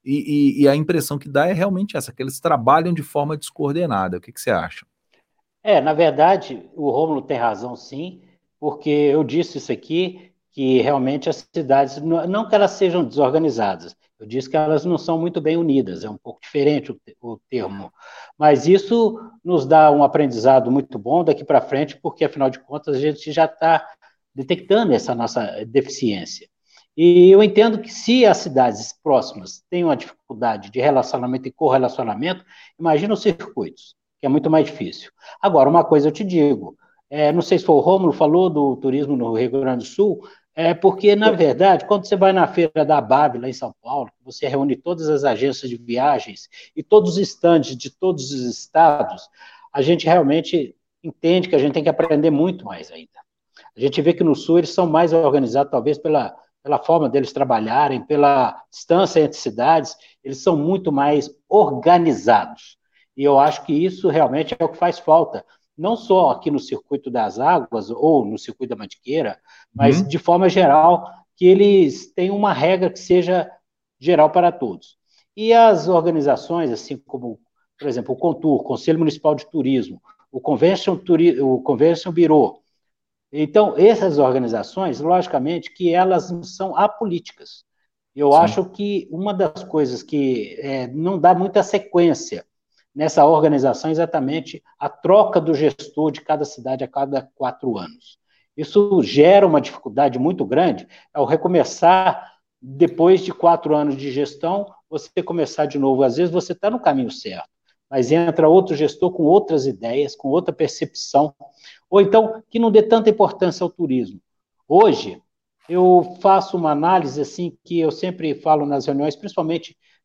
e, e, e a impressão que dá é realmente essa, que eles trabalham de forma descoordenada. O que, que você acha? É, na verdade, o Rômulo tem razão, sim, porque eu disse isso aqui, que realmente as cidades, não que elas sejam desorganizadas, eu disse que elas não são muito bem unidas, é um pouco diferente o, o termo, mas isso nos dá um aprendizado muito bom daqui para frente, porque, afinal de contas, a gente já está detectando essa nossa deficiência. E eu entendo que se as cidades próximas têm uma dificuldade de relacionamento e correlacionamento, imagina os circuitos, que é muito mais difícil. Agora, uma coisa eu te digo, é, não sei se foi o Rômulo falou do turismo no Rio Grande do Sul, é porque, na verdade, quando você vai na Feira da Bab, lá em São Paulo, você reúne todas as agências de viagens e todos os estandes de todos os estados, a gente realmente entende que a gente tem que aprender muito mais ainda. A gente vê que no Sul eles são mais organizados, talvez pela, pela forma deles trabalharem, pela distância entre cidades, eles são muito mais organizados. E eu acho que isso realmente é o que faz falta, não só aqui no Circuito das Águas ou no Circuito da Mantiqueira, mas uhum. de forma geral, que eles tenham uma regra que seja geral para todos. E as organizações, assim como, por exemplo, o Contur, Conselho Municipal de Turismo, o Convention, Turi- o Convention Bureau. Então, essas organizações, logicamente, que elas não são apolíticas. Eu Sim. acho que uma das coisas que é, não dá muita sequência nessa organização é exatamente a troca do gestor de cada cidade a cada quatro anos. Isso gera uma dificuldade muito grande ao recomeçar, depois de quatro anos de gestão, você começar de novo. Às vezes você está no caminho certo, mas entra outro gestor com outras ideias, com outra percepção, ou então que não dê tanta importância ao turismo. Hoje, eu faço uma análise assim que eu sempre falo nas reuniões, principalmente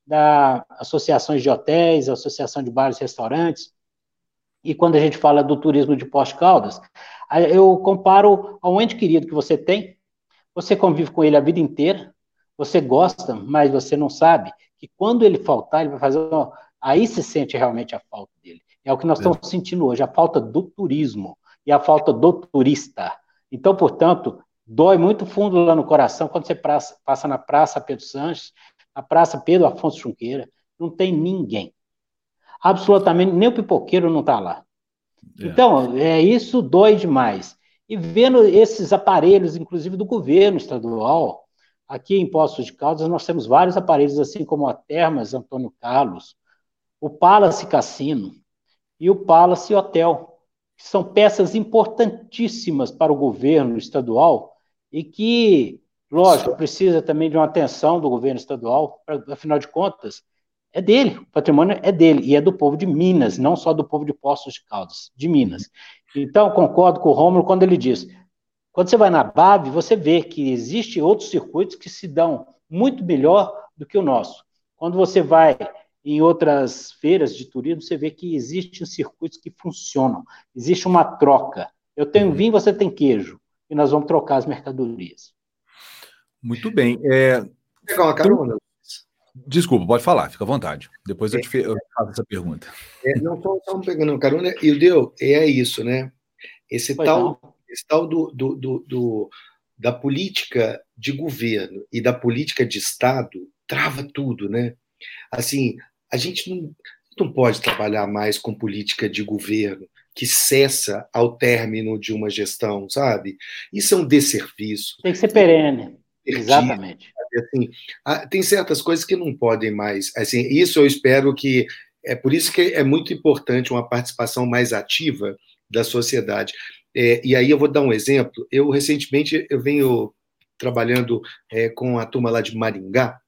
da associações de hotéis, associação de bares e restaurantes, e quando a gente fala do turismo de Poços de Caldas, eu comparo ao ente querido que você tem, você convive com ele a vida inteira, você gosta, mas você não sabe que quando ele faltar, ele vai fazer... Uma... Aí se sente realmente a falta dele. É o que nós é. estamos sentindo hoje, a falta do turismo e a falta do turista. Então, portanto, dói muito fundo lá no coração quando você passa, passa na Praça Pedro Sanches, na Praça Pedro Afonso Junqueira, não tem ninguém. Absolutamente, nem o pipoqueiro não está lá. É. Então, é, isso dói demais. E vendo esses aparelhos, inclusive do governo estadual, aqui em Poços de Caldas nós temos vários aparelhos, assim como a Termas Antônio Carlos, o Palace Cassino e o Palace Hotel, que são peças importantíssimas para o governo estadual e que, lógico, precisa também de uma atenção do governo estadual, afinal de contas, é dele, o patrimônio é dele, e é do povo de Minas, não só do povo de Poços de Caldas, de Minas. Então, concordo com o Rômulo quando ele diz, quando você vai na B A B, você vê que existem outros circuitos que se dão muito melhor do que o nosso. Quando você vai em outras feiras de turismo, você vê que existem circuitos que funcionam, existe uma troca. Eu tenho vinho, você tem queijo, e nós vamos trocar as mercadorias. Muito bem. É... Pegar uma carona. Desculpa, pode falar, fica à vontade. Depois eu te fe... eu faço essa pergunta. É, não estamos pegando carona, e o Deu, é isso, né? Esse pois tal, esse tal do, do, do, do, da política de governo e da política de Estado trava tudo, né? Assim, a gente não, não pode trabalhar mais com política de governo que cessa ao término de uma gestão, sabe? Isso é um desserviço. Tem que ser perene. Exatamente. Assim, tem certas coisas que não podem mais. Assim, isso eu espero que. É por isso que é muito importante uma participação mais ativa da sociedade. É, e aí eu vou dar um exemplo. Eu, recentemente, eu venho trabalhando é, com a turma lá de Maringá,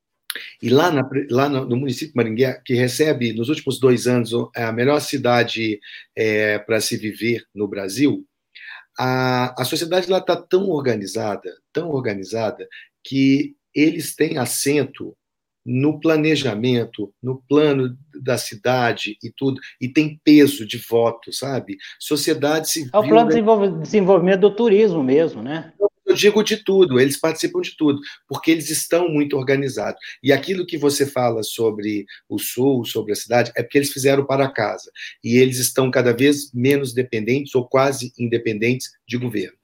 e lá, na, lá no município de Maringá, que recebe, nos últimos dois anos, a melhor cidade é, para se viver no Brasil, a, a sociedade lá está tão organizada, tão organizada, que eles têm assento no planejamento, no plano da cidade e tudo, e tem peso de voto, sabe? Sociedade civil... É o plano de desenvolvimento do turismo mesmo, né? Eu digo de tudo, eles participam de tudo, porque eles estão muito organizados. E aquilo que você fala sobre o Sul, sobre a cidade, é porque eles fizeram para casa. E eles estão cada vez menos dependentes, ou quase independentes, de governo.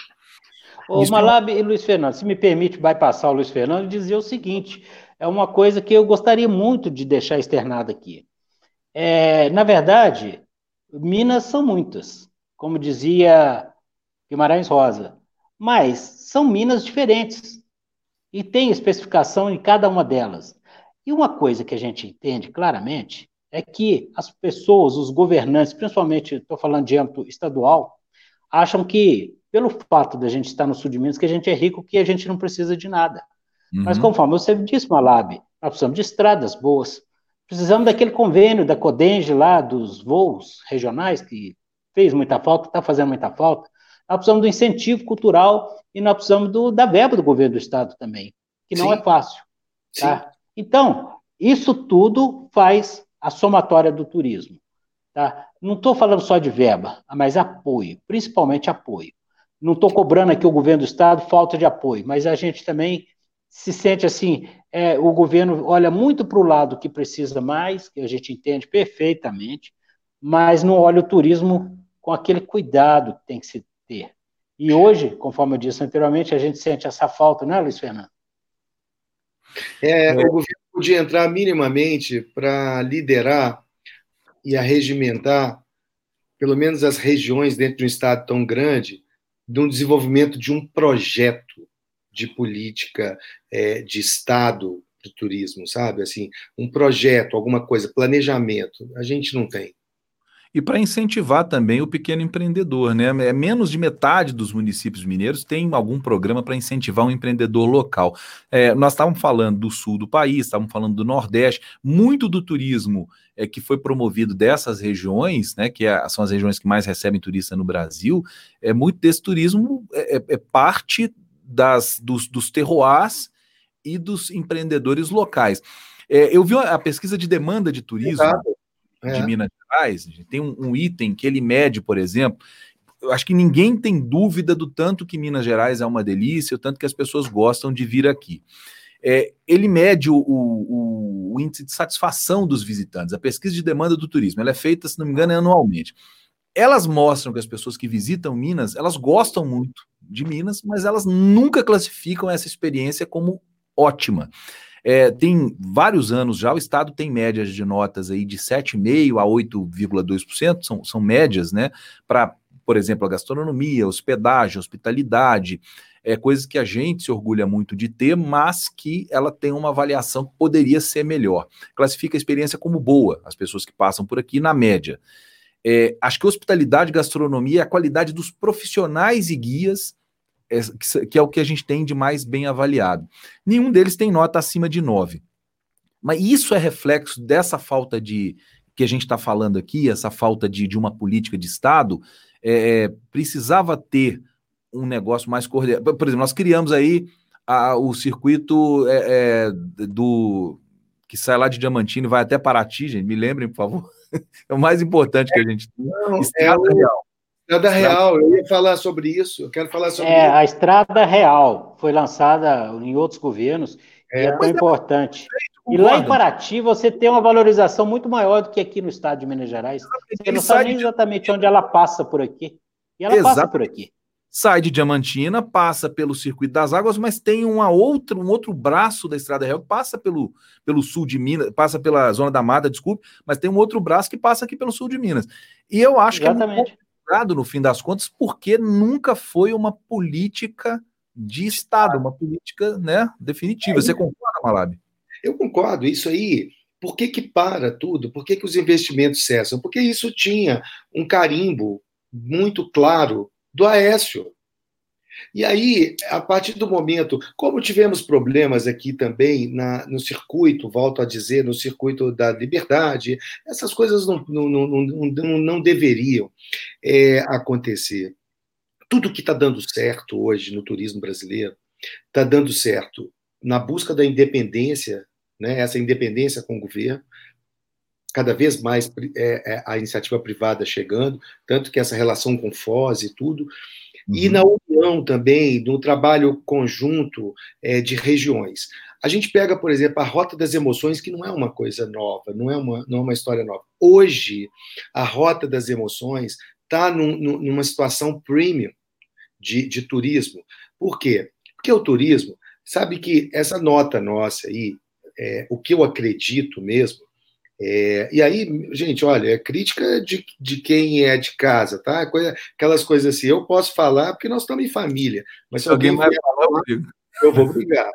Ô, Malab e Luiz Fernando, se me permite bypassar o Luiz Fernando, dizer o seguinte, é uma coisa que eu gostaria muito de deixar externada aqui. É, na verdade, Minas são muitas, como dizia Guimarães Rosa, mas são minas diferentes e tem especificação em cada uma delas. E uma coisa que a gente entende claramente é que as pessoas, os governantes, principalmente, estou falando de âmbito estadual, acham que, pelo fato de a gente estar no sul de Minas, que a gente é rico, que a gente não precisa de nada. Uhum. Mas conforme você disse, Malab, nós precisamos de estradas boas, precisamos daquele convênio da Codenge lá, dos voos regionais, que fez muita falta, está fazendo muita falta. Nós precisamos do incentivo cultural e nós precisamos do, da verba do governo do Estado também, que não Sim. é fácil. Tá? Então, isso tudo faz a somatória do turismo. Tá? Não estou falando só de verba, mas apoio, principalmente apoio. Não estou cobrando aqui o governo do Estado falta de apoio, mas a gente também se sente assim, é, o governo olha muito para o lado que precisa mais, que a gente entende perfeitamente, mas não olha o turismo com aquele cuidado que tem que se ter. E hoje, conforme eu disse anteriormente, a gente sente essa falta, não é, Luiz Fernando? É, o governo podia entrar minimamente para liderar e arregimentar, pelo menos as regiões dentro de um estado tão grande, de um desenvolvimento de um projeto de política é, de Estado para o turismo, sabe? Assim, um projeto, alguma coisa, planejamento, a gente não tem. E para incentivar também o pequeno empreendedor, né? É menos de metade dos municípios mineiros tem algum programa para incentivar um empreendedor local. É, nós estávamos falando do sul do país, estávamos falando do Nordeste, muito do turismo é, que foi promovido dessas regiões, né? Que é, são as regiões que mais recebem turista no Brasil, é, muito desse turismo é, é parte das, dos, dos terroirs e dos empreendedores locais. É, eu vi a pesquisa de demanda de turismo é. de Minas Gerais, tem um, um item que ele mede, por exemplo, eu acho que ninguém tem dúvida do tanto que Minas Gerais é uma delícia, o tanto que as pessoas gostam de vir aqui. É, ele mede o, o, o índice de satisfação dos visitantes, a pesquisa de demanda do turismo, ela é feita, se não me engano, anualmente. Elas mostram que as pessoas que visitam Minas, elas gostam muito de Minas, mas elas nunca classificam essa experiência como ótima. É, tem vários anos já, o Estado tem médias de notas aí de sete vírgula cinco por cento a oito vírgula dois por cento, são, são médias, né, para, por exemplo, a gastronomia, hospedagem, hospitalidade, é, coisas que a gente se orgulha muito de ter, mas que ela tem uma avaliação que poderia ser melhor. Classifica a experiência como boa, as pessoas que passam por aqui, na média. É, acho que hospitalidade, gastronomia, a qualidade dos profissionais e guias, é, que, que é o que a gente tem de mais bem avaliado. Nenhum deles tem nota acima de nove. Mas isso é reflexo dessa falta de, que a gente está falando aqui, essa falta de, de uma política de Estado, é, precisava ter um negócio mais coordenado. Por exemplo, nós criamos aí a, o circuito é, é, do que sai lá de Diamantino e vai até Paraty, gente, me lembrem, por favor. É o mais importante que a gente tem. Não, Estrada é o... Real. Estrada Real, eu ia falar sobre isso, eu quero falar sobre é, isso. A Estrada Real foi lançada em outros governos é, e é tão importante. É, e lá em Paraty você tem uma valorização muito maior do que aqui no estado de Minas Gerais. Você não sabe nem exatamente onde ela passa por aqui. E ela Exato. passa por aqui. Sai de Diamantina, passa pelo Circuito das Águas, mas tem uma outra, um outro braço da Estrada Real que passa pelo, pelo sul de Minas, passa pela Zona da Mata, desculpe, mas tem um outro braço que passa aqui pelo sul de Minas. E eu acho Exatamente. que é muito complicado, no fim das contas, porque nunca foi uma política de Estado, uma política, né, definitiva. Você concorda, Malab? Eu concordo. Isso aí, por que que para tudo? Por que que os investimentos cessam? Porque isso tinha um carimbo muito claro do Aécio. E aí, a partir do momento, como tivemos problemas aqui também na, no circuito, volto a dizer, no circuito da liberdade, essas coisas não, não, não, não, não deveriam é, acontecer. Tudo que está dando certo hoje no turismo brasileiro está dando certo na busca da independência, né, essa independência com o governo, cada vez mais é, é, a iniciativa privada chegando, tanto que essa relação com Foz e tudo, uhum. e na união também, no trabalho conjunto é, de regiões. A gente pega, por exemplo, a Rota das Emoções, que não é uma coisa nova, não é uma, não é uma história nova. Hoje, a Rota das Emoções está num, numa situação premium de, de turismo. Por quê? Porque o turismo, sabe que essa nota nossa aí, é, o que eu acredito mesmo, É, e aí, gente, olha, é crítica de, de quem é de casa, tá? Coisa, aquelas coisas assim, eu posso falar porque nós estamos em família, mas se alguém vai falar, eu vou brigar.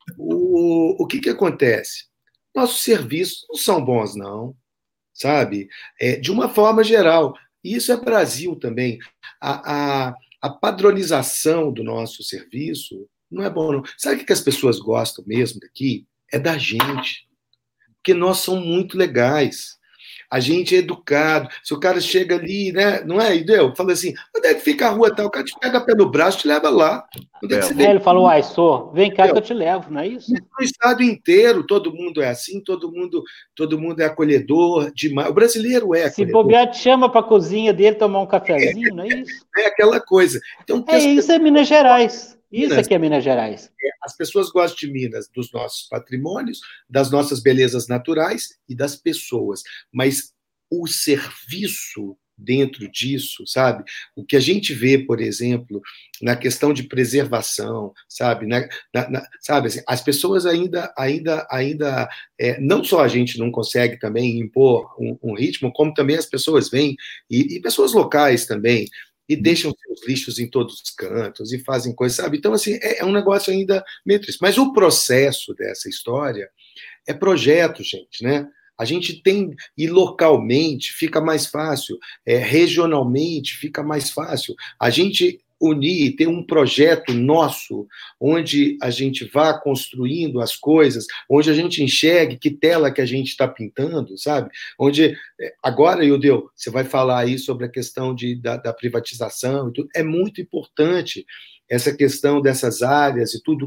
O, o que que acontece? Nossos serviços não são bons, não, sabe? É, de uma forma geral, e isso é Brasil também, a, a, a padronização do nosso serviço não é bom, não. Sabe o que as pessoas gostam mesmo daqui? É da gente. Porque nós somos muito legais. A gente é educado. Se o cara chega ali, né? Não é, Ideu? Fala assim, onde é que fica a rua tal? O cara te pega pelo braço e te leva lá. Onde é que você é, ele falou, ai, sou, vem cá Entendeu? que eu te levo, não é isso? No estado inteiro, todo mundo é assim, todo mundo, todo mundo é acolhedor demais. O brasileiro é acolhedor. Se bobear, te chama para a cozinha dele tomar um cafezinho, é, não é isso? É aquela coisa. Então, é isso, pessoas... é Minas Gerais. Isso Minas, aqui é Minas Gerais. As pessoas gostam de Minas, dos nossos patrimônios, das nossas belezas naturais e das pessoas. Mas o serviço dentro disso, sabe? O que a gente vê, por exemplo, na questão de preservação, sabe? Na, na, na, sabe assim, as pessoas ainda, ainda, ainda é, não só a gente não consegue também impor um, um ritmo, como também as pessoas vêm, e, e pessoas locais também, e deixam seus lixos em todos os cantos, e fazem coisas, sabe? Então, assim, é, é um negócio ainda meio triste. Mas o processo dessa história é projeto, gente, né? A gente tem, e localmente fica mais fácil, é, regionalmente fica mais fácil. A gente unir, ter um projeto nosso, onde a gente vá construindo as coisas, onde a gente enxergue que tela que a gente está pintando, sabe? Onde, agora, Ildeu, você vai falar aí sobre a questão de, da, da privatização e tudo, é muito importante essa questão dessas áreas e tudo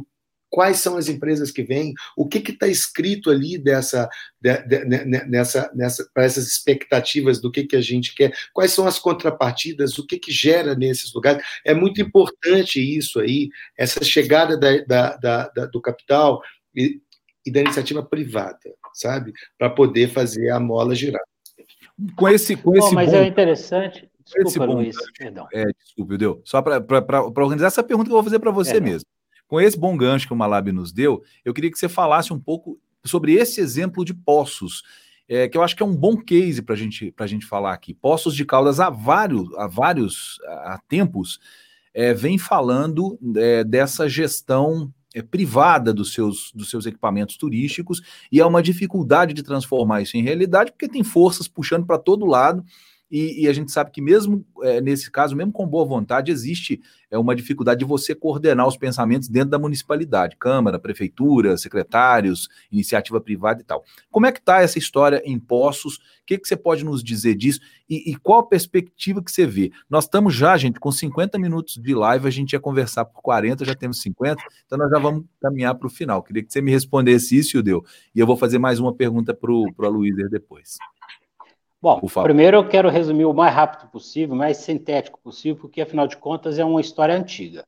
quais são as empresas que vêm, o que está escrito ali dessa, de, de, nessa, nessa, para essas expectativas do que, que a gente quer, quais são as contrapartidas, o que, que gera nesses lugares. É muito importante isso aí, essa chegada da, da, da, da, do capital e, e da iniciativa privada, sabe? Para poder fazer a mola girar. Com esse, com esse oh, mas bom, é interessante. Desculpa, esse bom Luiz, gancho, perdão. É, desculpe, deu. Só para organizar essa pergunta que eu vou fazer para você perdão. mesmo. Com esse bom gancho que o Malab nos deu, eu queria que você falasse um pouco sobre esse exemplo de Poços, é, que eu acho que é um bom case para gente, a gente falar aqui. Poços de Caldas, há vários, há vários há tempos, é, vem falando é, dessa gestão é, privada dos seus, dos seus equipamentos turísticos, e há uma dificuldade de transformar isso em realidade, porque tem forças puxando para todo lado, e, e a gente sabe que mesmo é, nesse caso, mesmo com boa vontade, existe é, uma dificuldade de você coordenar os pensamentos dentro da municipalidade, Câmara, Prefeitura, secretários, iniciativa privada e tal. Como é que está essa história em Poços? O que, que você pode nos dizer disso? E, e qual a perspectiva que você vê? Nós estamos já, gente, com cinquenta minutos de live, a gente ia conversar por quarenta, já temos cinquenta, então nós já vamos caminhar para o final. Queria que você me respondesse isso, Ildeu, e eu vou fazer mais uma pergunta para o Aloysio depois. Bom, primeiro eu quero resumir o mais rápido possível, o mais sintético possível, porque, afinal de contas, é uma história antiga.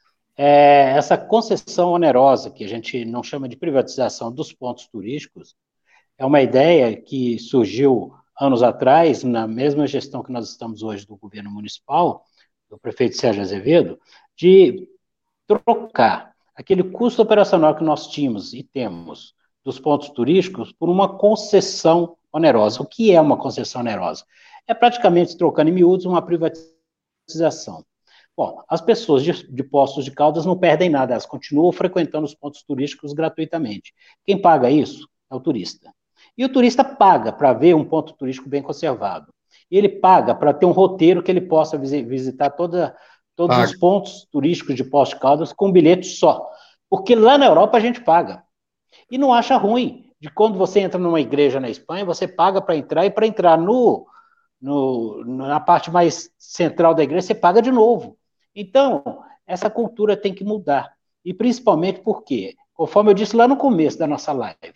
É, essa concessão onerosa, que a gente não chama de privatização dos pontos turísticos, é uma ideia que surgiu anos atrás, na mesma gestão que nós estamos hoje do governo municipal, do prefeito Sérgio Azevedo, de trocar aquele custo operacional que nós tínhamos e temos dos pontos turísticos por uma concessão onerosa. O que é uma concessão onerosa? É praticamente, trocando em miúdos, uma privatização. Bom, as pessoas de, de Poços de Caldas não perdem nada, elas continuam frequentando os pontos turísticos gratuitamente. Quem paga isso é o turista. E o turista paga para ver um ponto turístico bem conservado. E ele paga para ter um roteiro que ele possa visitar toda, todos paga. os pontos turísticos de Poços de Caldas com um bilhete só. Porque lá na Europa a gente paga. E não acha ruim de quando você entra numa igreja na Espanha, você paga para entrar, e para entrar no, no, na parte mais central da igreja, você paga de novo. Então, essa cultura tem que mudar. E principalmente porque, conforme eu disse lá no começo da nossa live,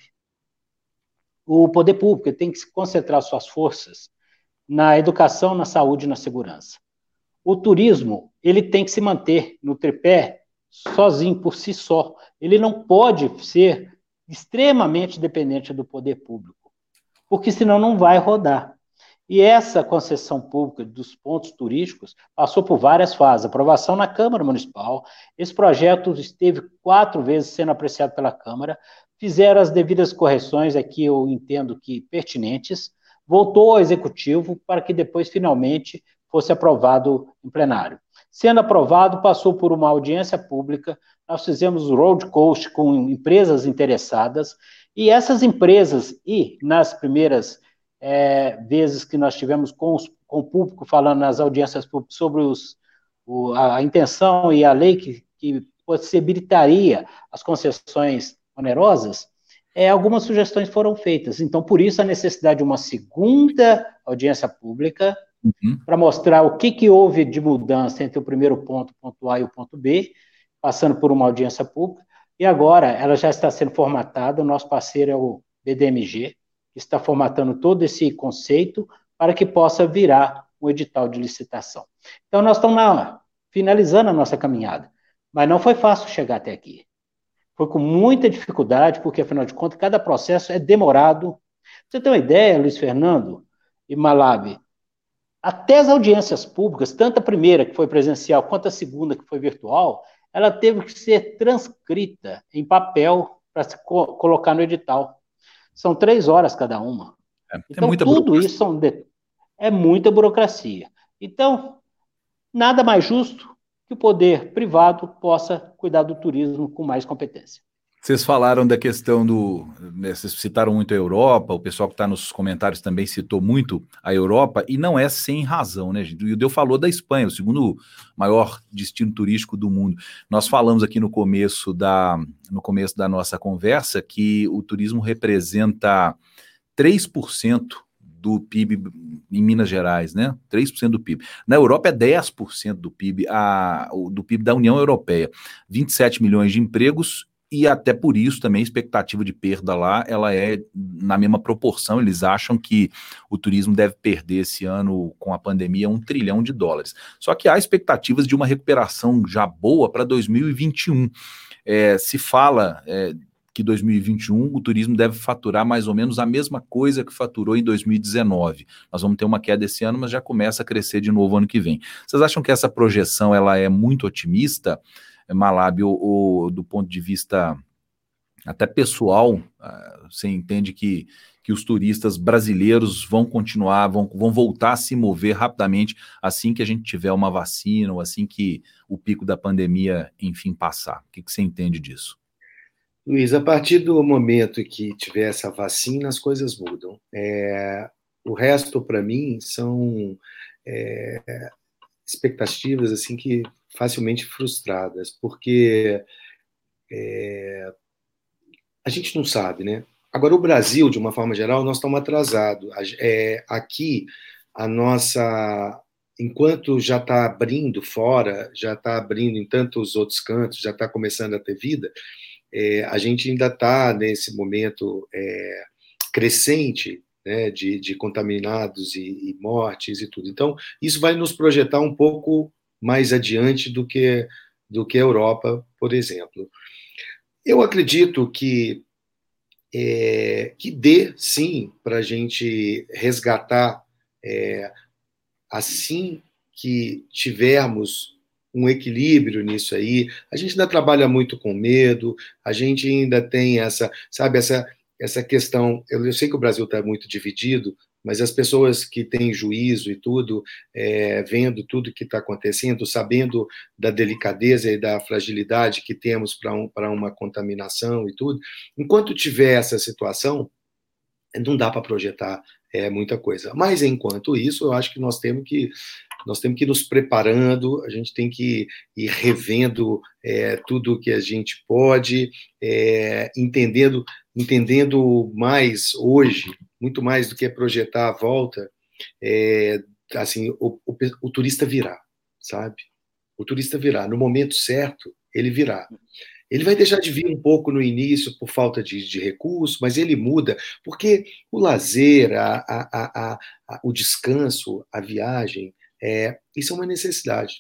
o poder público tem que concentrar suas forças na educação, na saúde e na segurança. O turismo, ele tem que se manter no tripé sozinho, por si só. Ele não pode ser extremamente dependente do poder público, porque senão não vai rodar. E essa concessão pública dos pontos turísticos passou por várias fases. Aprovação na Câmara Municipal, esse projeto esteve quatro vezes sendo apreciado pela Câmara, fizeram as devidas correções, aqui eu entendo que pertinentes, voltou ao Executivo para que depois, finalmente, fosse aprovado em plenário. Sendo aprovado, passou por uma audiência pública, nós fizemos o road coast com empresas interessadas, e essas empresas, e nas primeiras é, vezes que nós tivemos com, os, com o público falando nas audiências públicas sobre os, o, a intenção e a lei que, que possibilitaria as concessões onerosas, é, algumas sugestões foram feitas. Então, por isso, a necessidade de uma segunda audiência pública, uhum. para mostrar o que, que houve de mudança entre o primeiro ponto, ponto A, e o ponto B, passando por uma audiência pública, e agora ela já está sendo formatada, o nosso parceiro é o B D M G, que está formatando todo esse conceito para que possa virar um edital de licitação. Então, nós estamos na, finalizando a nossa caminhada, mas não foi fácil chegar até aqui. Foi com muita dificuldade, porque, afinal de contas, cada processo é demorado. Você tem uma ideia, Luiz Fernando e Malab, até as audiências públicas, tanto a primeira, que foi presencial, quanto a segunda, que foi virtual, ela teve que ser transcrita em papel para se co colocar no edital. São três horas cada uma. É, então, tudo isso são de... é muita burocracia. Então, nada mais justo que o poder privado possa cuidar do turismo com mais competência. Vocês falaram da questão do... Né, vocês citaram muito a Europa, o pessoal que está nos comentários também citou muito a Europa, e não é sem razão, né, gente? O Ildeu falou da Espanha, o segundo maior destino turístico do mundo. Nós falamos aqui no começo da, no começo da nossa conversa que o turismo representa três por cento do P I B em Minas Gerais, né? três por cento do P I B. Na Europa é dez por cento do P I B, a, do P I B da União Europeia. vinte e sete milhões de empregos e até por isso também a expectativa de perda lá, ela é na mesma proporção. Eles acham que o turismo deve perder esse ano, com a pandemia, um trilhão de dólares. Só que há expectativas de uma recuperação já boa para dois mil e vinte e um. É, se fala é, que dois mil e vinte e um o turismo deve faturar mais ou menos a mesma coisa que faturou em dois mil e dezenove. Nós vamos ter uma queda esse ano, mas já começa a crescer de novo ano que vem. Vocês acham que essa projeção ela é muito otimista, Malab, ou, ou do ponto de vista até pessoal, você entende que, que os turistas brasileiros vão continuar, vão, vão voltar a se mover rapidamente assim que a gente tiver uma vacina, ou assim que o pico da pandemia, enfim, passar? O que, que você entende disso? Luiz, a partir do momento que tiver essa vacina, as coisas mudam. É, o resto, para mim, são é, expectativas assim que facilmente frustradas, porque é, a gente não sabe, né? Agora, o Brasil, de uma forma geral, nós estamos atrasados. É, aqui, a nossa... Enquanto já está abrindo fora, já está abrindo em tantos outros cantos, já está começando a ter vida, é, a gente ainda está nesse momento é, crescente, né, de, de contaminados e, e mortes e tudo. Então, isso vai nos projetar um pouco mais adiante do que, do que a Europa, por exemplo. Eu acredito que, é, que dê, sim, para a gente resgatar, é, assim que tivermos um equilíbrio nisso aí. A gente ainda trabalha muito com medo, a gente ainda tem essa, sabe, essa, essa questão. Eu, eu sei que o Brasil está muito dividido, mas as pessoas que têm juízo e tudo, é, vendo tudo que está acontecendo, sabendo da delicadeza e da fragilidade que temos para um, para uma contaminação e tudo, enquanto tiver essa situação, não dá para projetar é, muita coisa. Mas, enquanto isso, eu acho que nós temos que, nós temos que ir nos preparando, a gente tem que ir revendo é, tudo o que a gente pode, é, entendendo, entendendo mais hoje, muito mais do que projetar a volta, é, assim, o, o, o turista virá, sabe? O turista virá. No momento certo, ele virá. Ele vai deixar de vir um pouco no início por falta de, de recurso, mas ele muda, porque o lazer, a, a, a, a, o descanso, a viagem, é, isso é uma necessidade.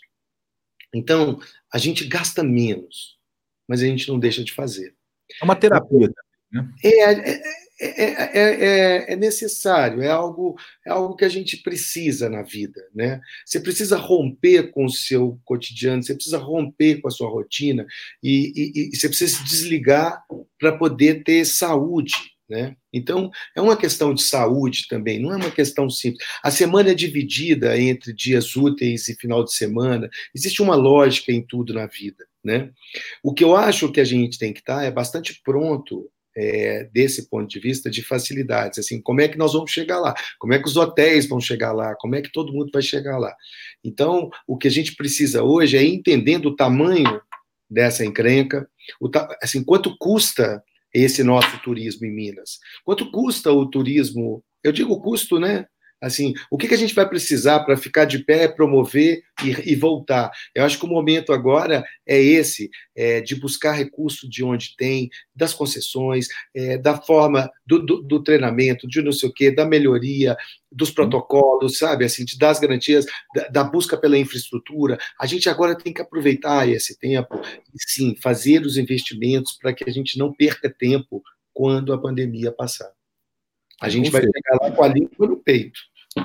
Então, a gente gasta menos, mas a gente não deixa de fazer. É uma terapia, né? É, é, é, é, é necessário, é algo, é algo que a gente precisa na vida, né? Você precisa romper com o seu cotidiano, você precisa romper com a sua rotina e, e, e você precisa se desligar para poder ter saúde, né? Então, é uma questão de saúde também, não é uma questão simples. A semana é dividida entre dias úteis e final de semana, existe uma lógica em tudo na vida, né? O que eu acho que a gente tem que estar é bastante pronto, É, desse ponto de vista de facilidades, assim, como é que nós vamos chegar lá? Como é que os hotéis vão chegar lá? Como é que todo mundo vai chegar lá? Então, o que a gente precisa hoje é ir entendendo o tamanho dessa encrenca, o ta... assim, quanto custa esse nosso turismo em Minas? Quanto custa o turismo? Eu digo custo, né? Assim, o que, que a gente vai precisar para ficar de pé, promover e, e voltar? Eu acho que o momento agora é esse, é, de buscar recurso de onde tem, das concessões, é, da forma do, do, do treinamento, de não sei o quê, da melhoria, dos protocolos, sabe? Assim, de, das garantias, da, da busca pela infraestrutura. A gente agora tem que aproveitar esse tempo e, sim, fazer os investimentos para que a gente não perca tempo quando a pandemia passar. A gente vai chegar lá com a língua no peito.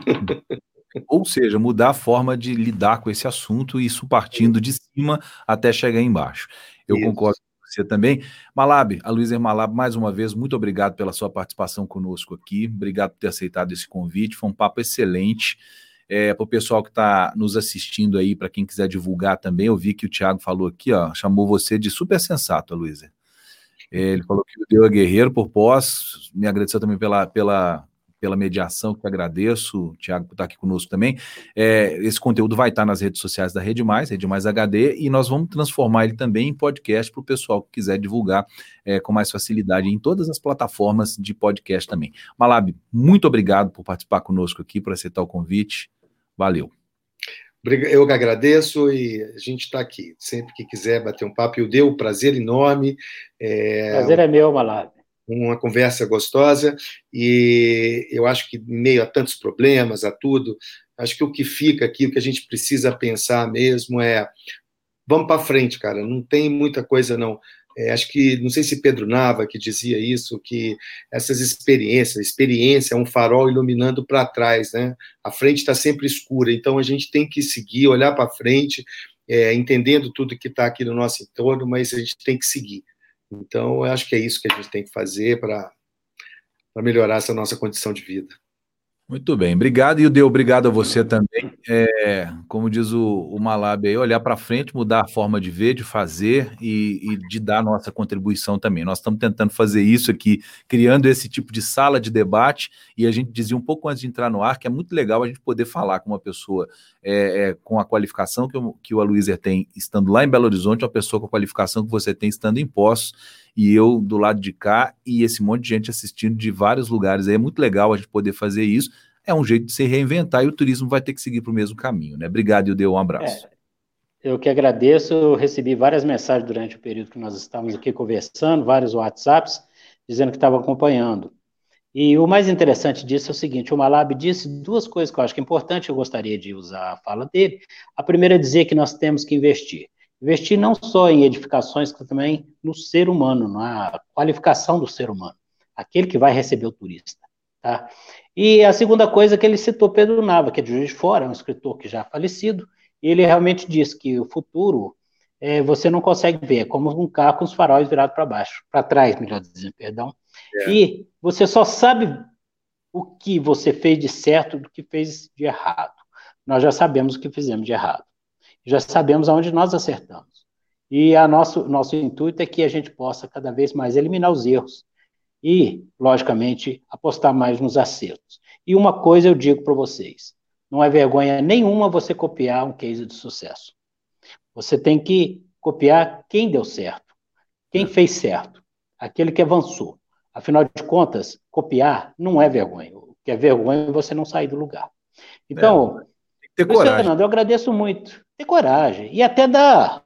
Ou seja, mudar a forma de lidar com esse assunto, e isso partindo de cima até chegar embaixo. Eu isso. Concordo com você também. Malab, Aloysier Malab, mais uma vez, muito obrigado pela sua participação conosco aqui. Obrigado por ter aceitado esse convite. Foi um papo excelente. É, para o pessoal que está nos assistindo aí, para quem quiser divulgar também, eu vi que o Thiago falou aqui, ó, chamou você de super sensato, Aloysier. Ele falou que o Deu é guerreiro por pós, me agradeceu também pela, pela, pela mediação, que eu agradeço, o Thiago por estar aqui conosco também. É, esse conteúdo vai estar nas redes sociais da Rede Mais, Rede Mais H D, e nós vamos transformar ele também em podcast para o pessoal que quiser divulgar é, com mais facilidade em todas as plataformas de podcast também. Malab, muito obrigado por participar conosco aqui, por aceitar o convite. Valeu. Eu que agradeço e a gente está aqui. Sempre que quiser bater um papo, eu dei um prazer enorme. É... Prazer é meu, Malab. Uma conversa gostosa, e eu acho que, em meio a tantos problemas, a tudo, acho que o que fica aqui, o que a gente precisa pensar mesmo é, vamos para frente, cara, não tem muita coisa, não. É, acho que, não sei se Pedro Nava que dizia isso, que essas experiências, experiência é um farol iluminando para trás, né? A frente está sempre escura, então a gente tem que seguir, olhar para frente, é, entendendo tudo que está aqui no nosso entorno, mas a gente tem que seguir. Então, eu acho que é isso que a gente tem que fazer para melhorar essa nossa condição de vida. Muito bem, obrigado, e o Deu, obrigado a você também. É, como diz o, o Malab aí, olhar para frente, mudar a forma de ver, de fazer e, e de dar a nossa contribuição também. Nós estamos tentando fazer isso aqui, criando esse tipo de sala de debate, e a gente dizia um pouco antes de entrar no ar que é muito legal a gente poder falar com uma pessoa é, é, com a qualificação que o, que o Aloysier tem estando lá em Belo Horizonte, uma pessoa com a qualificação que você tem estando em Poços, e eu do lado de cá, e esse monte de gente assistindo de vários lugares. Aí é muito legal a gente poder fazer isso. É um jeito de se reinventar e o turismo vai ter que seguir para o mesmo caminho, né? Obrigado, Ildeu, um abraço. É, eu que agradeço, eu recebi várias mensagens durante o período que nós estávamos aqui conversando, vários WhatsApps, dizendo que estavam acompanhando. E o mais interessante disso é o seguinte, o Malab disse duas coisas que eu acho que é importante, eu gostaria de usar a fala dele. A primeira é dizer que nós temos que investir. Investir não só em edificações, mas também no ser humano, na qualificação do ser humano, aquele que vai receber o turista, tá? E a segunda coisa que ele citou Pedro Nava, que é de Juiz de Fora, é um escritor que já é falecido, e ele realmente diz que o futuro é, você não consegue ver, é como um carro com os faróis virados para baixo, para trás, melhor dizendo, perdão. É. E você só sabe o que você fez de certo do que fez de errado. Nós já sabemos o que fizemos de errado. Já sabemos aonde nós acertamos. E a nosso, nosso intuito é que a gente possa cada vez mais eliminar os erros e, logicamente, apostar mais nos acertos. E uma coisa eu digo para vocês, não é vergonha nenhuma você copiar um case de sucesso. Você tem que copiar quem deu certo, quem fez certo, aquele que avançou. Afinal de contas, copiar não é vergonha. O que é vergonha é você não sair do lugar. Então, é, ter coragem. Fernando, eu agradeço muito. Ter coragem. E até dar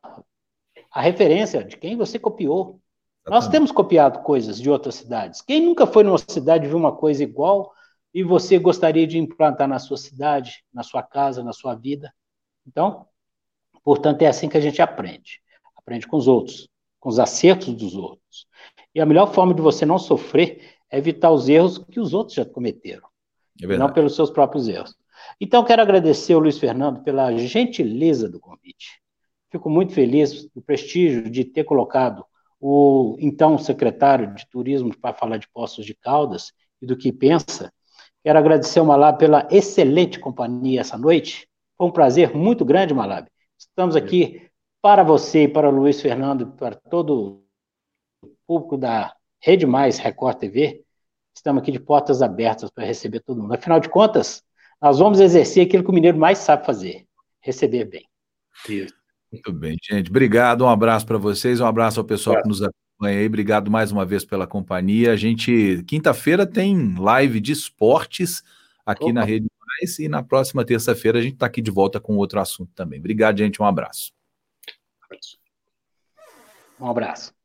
a referência de quem você copiou. Exatamente. Nós temos copiado coisas de outras cidades. Quem nunca foi numa cidade e viu uma coisa igual e você gostaria de implantar na sua cidade, na sua casa, na sua vida? Então, portanto, é assim que a gente aprende. Aprende com os outros, com os acertos dos outros. E a melhor forma de você não sofrer é evitar os erros que os outros já cometeram, é não pelos seus próprios erros. Então, quero agradecer ao Luiz Fernando pela gentileza do convite. Fico muito feliz do prestígio de ter colocado o então secretário de Turismo para falar de Poços de Caldas e do que pensa. Quero agradecer ao Malab pela excelente companhia essa noite. Foi um prazer muito grande, Malab. Estamos aqui para você e para o Luiz Fernando, para todo o público da Rede Mais Record T V. Estamos aqui de portas abertas para receber todo mundo. Afinal de contas, nós vamos exercer aquilo que o mineiro mais sabe fazer, receber bem. Isso. Muito bem, gente. Obrigado, um abraço para vocês, um abraço ao pessoal que nos acompanha aí. Obrigado mais uma vez pela companhia. A gente, quinta-feira, tem live de esportes aqui Opa. na Rede Mais e na próxima terça-feira a gente está aqui de volta com outro assunto também. Obrigado, gente. Um abraço. Um abraço.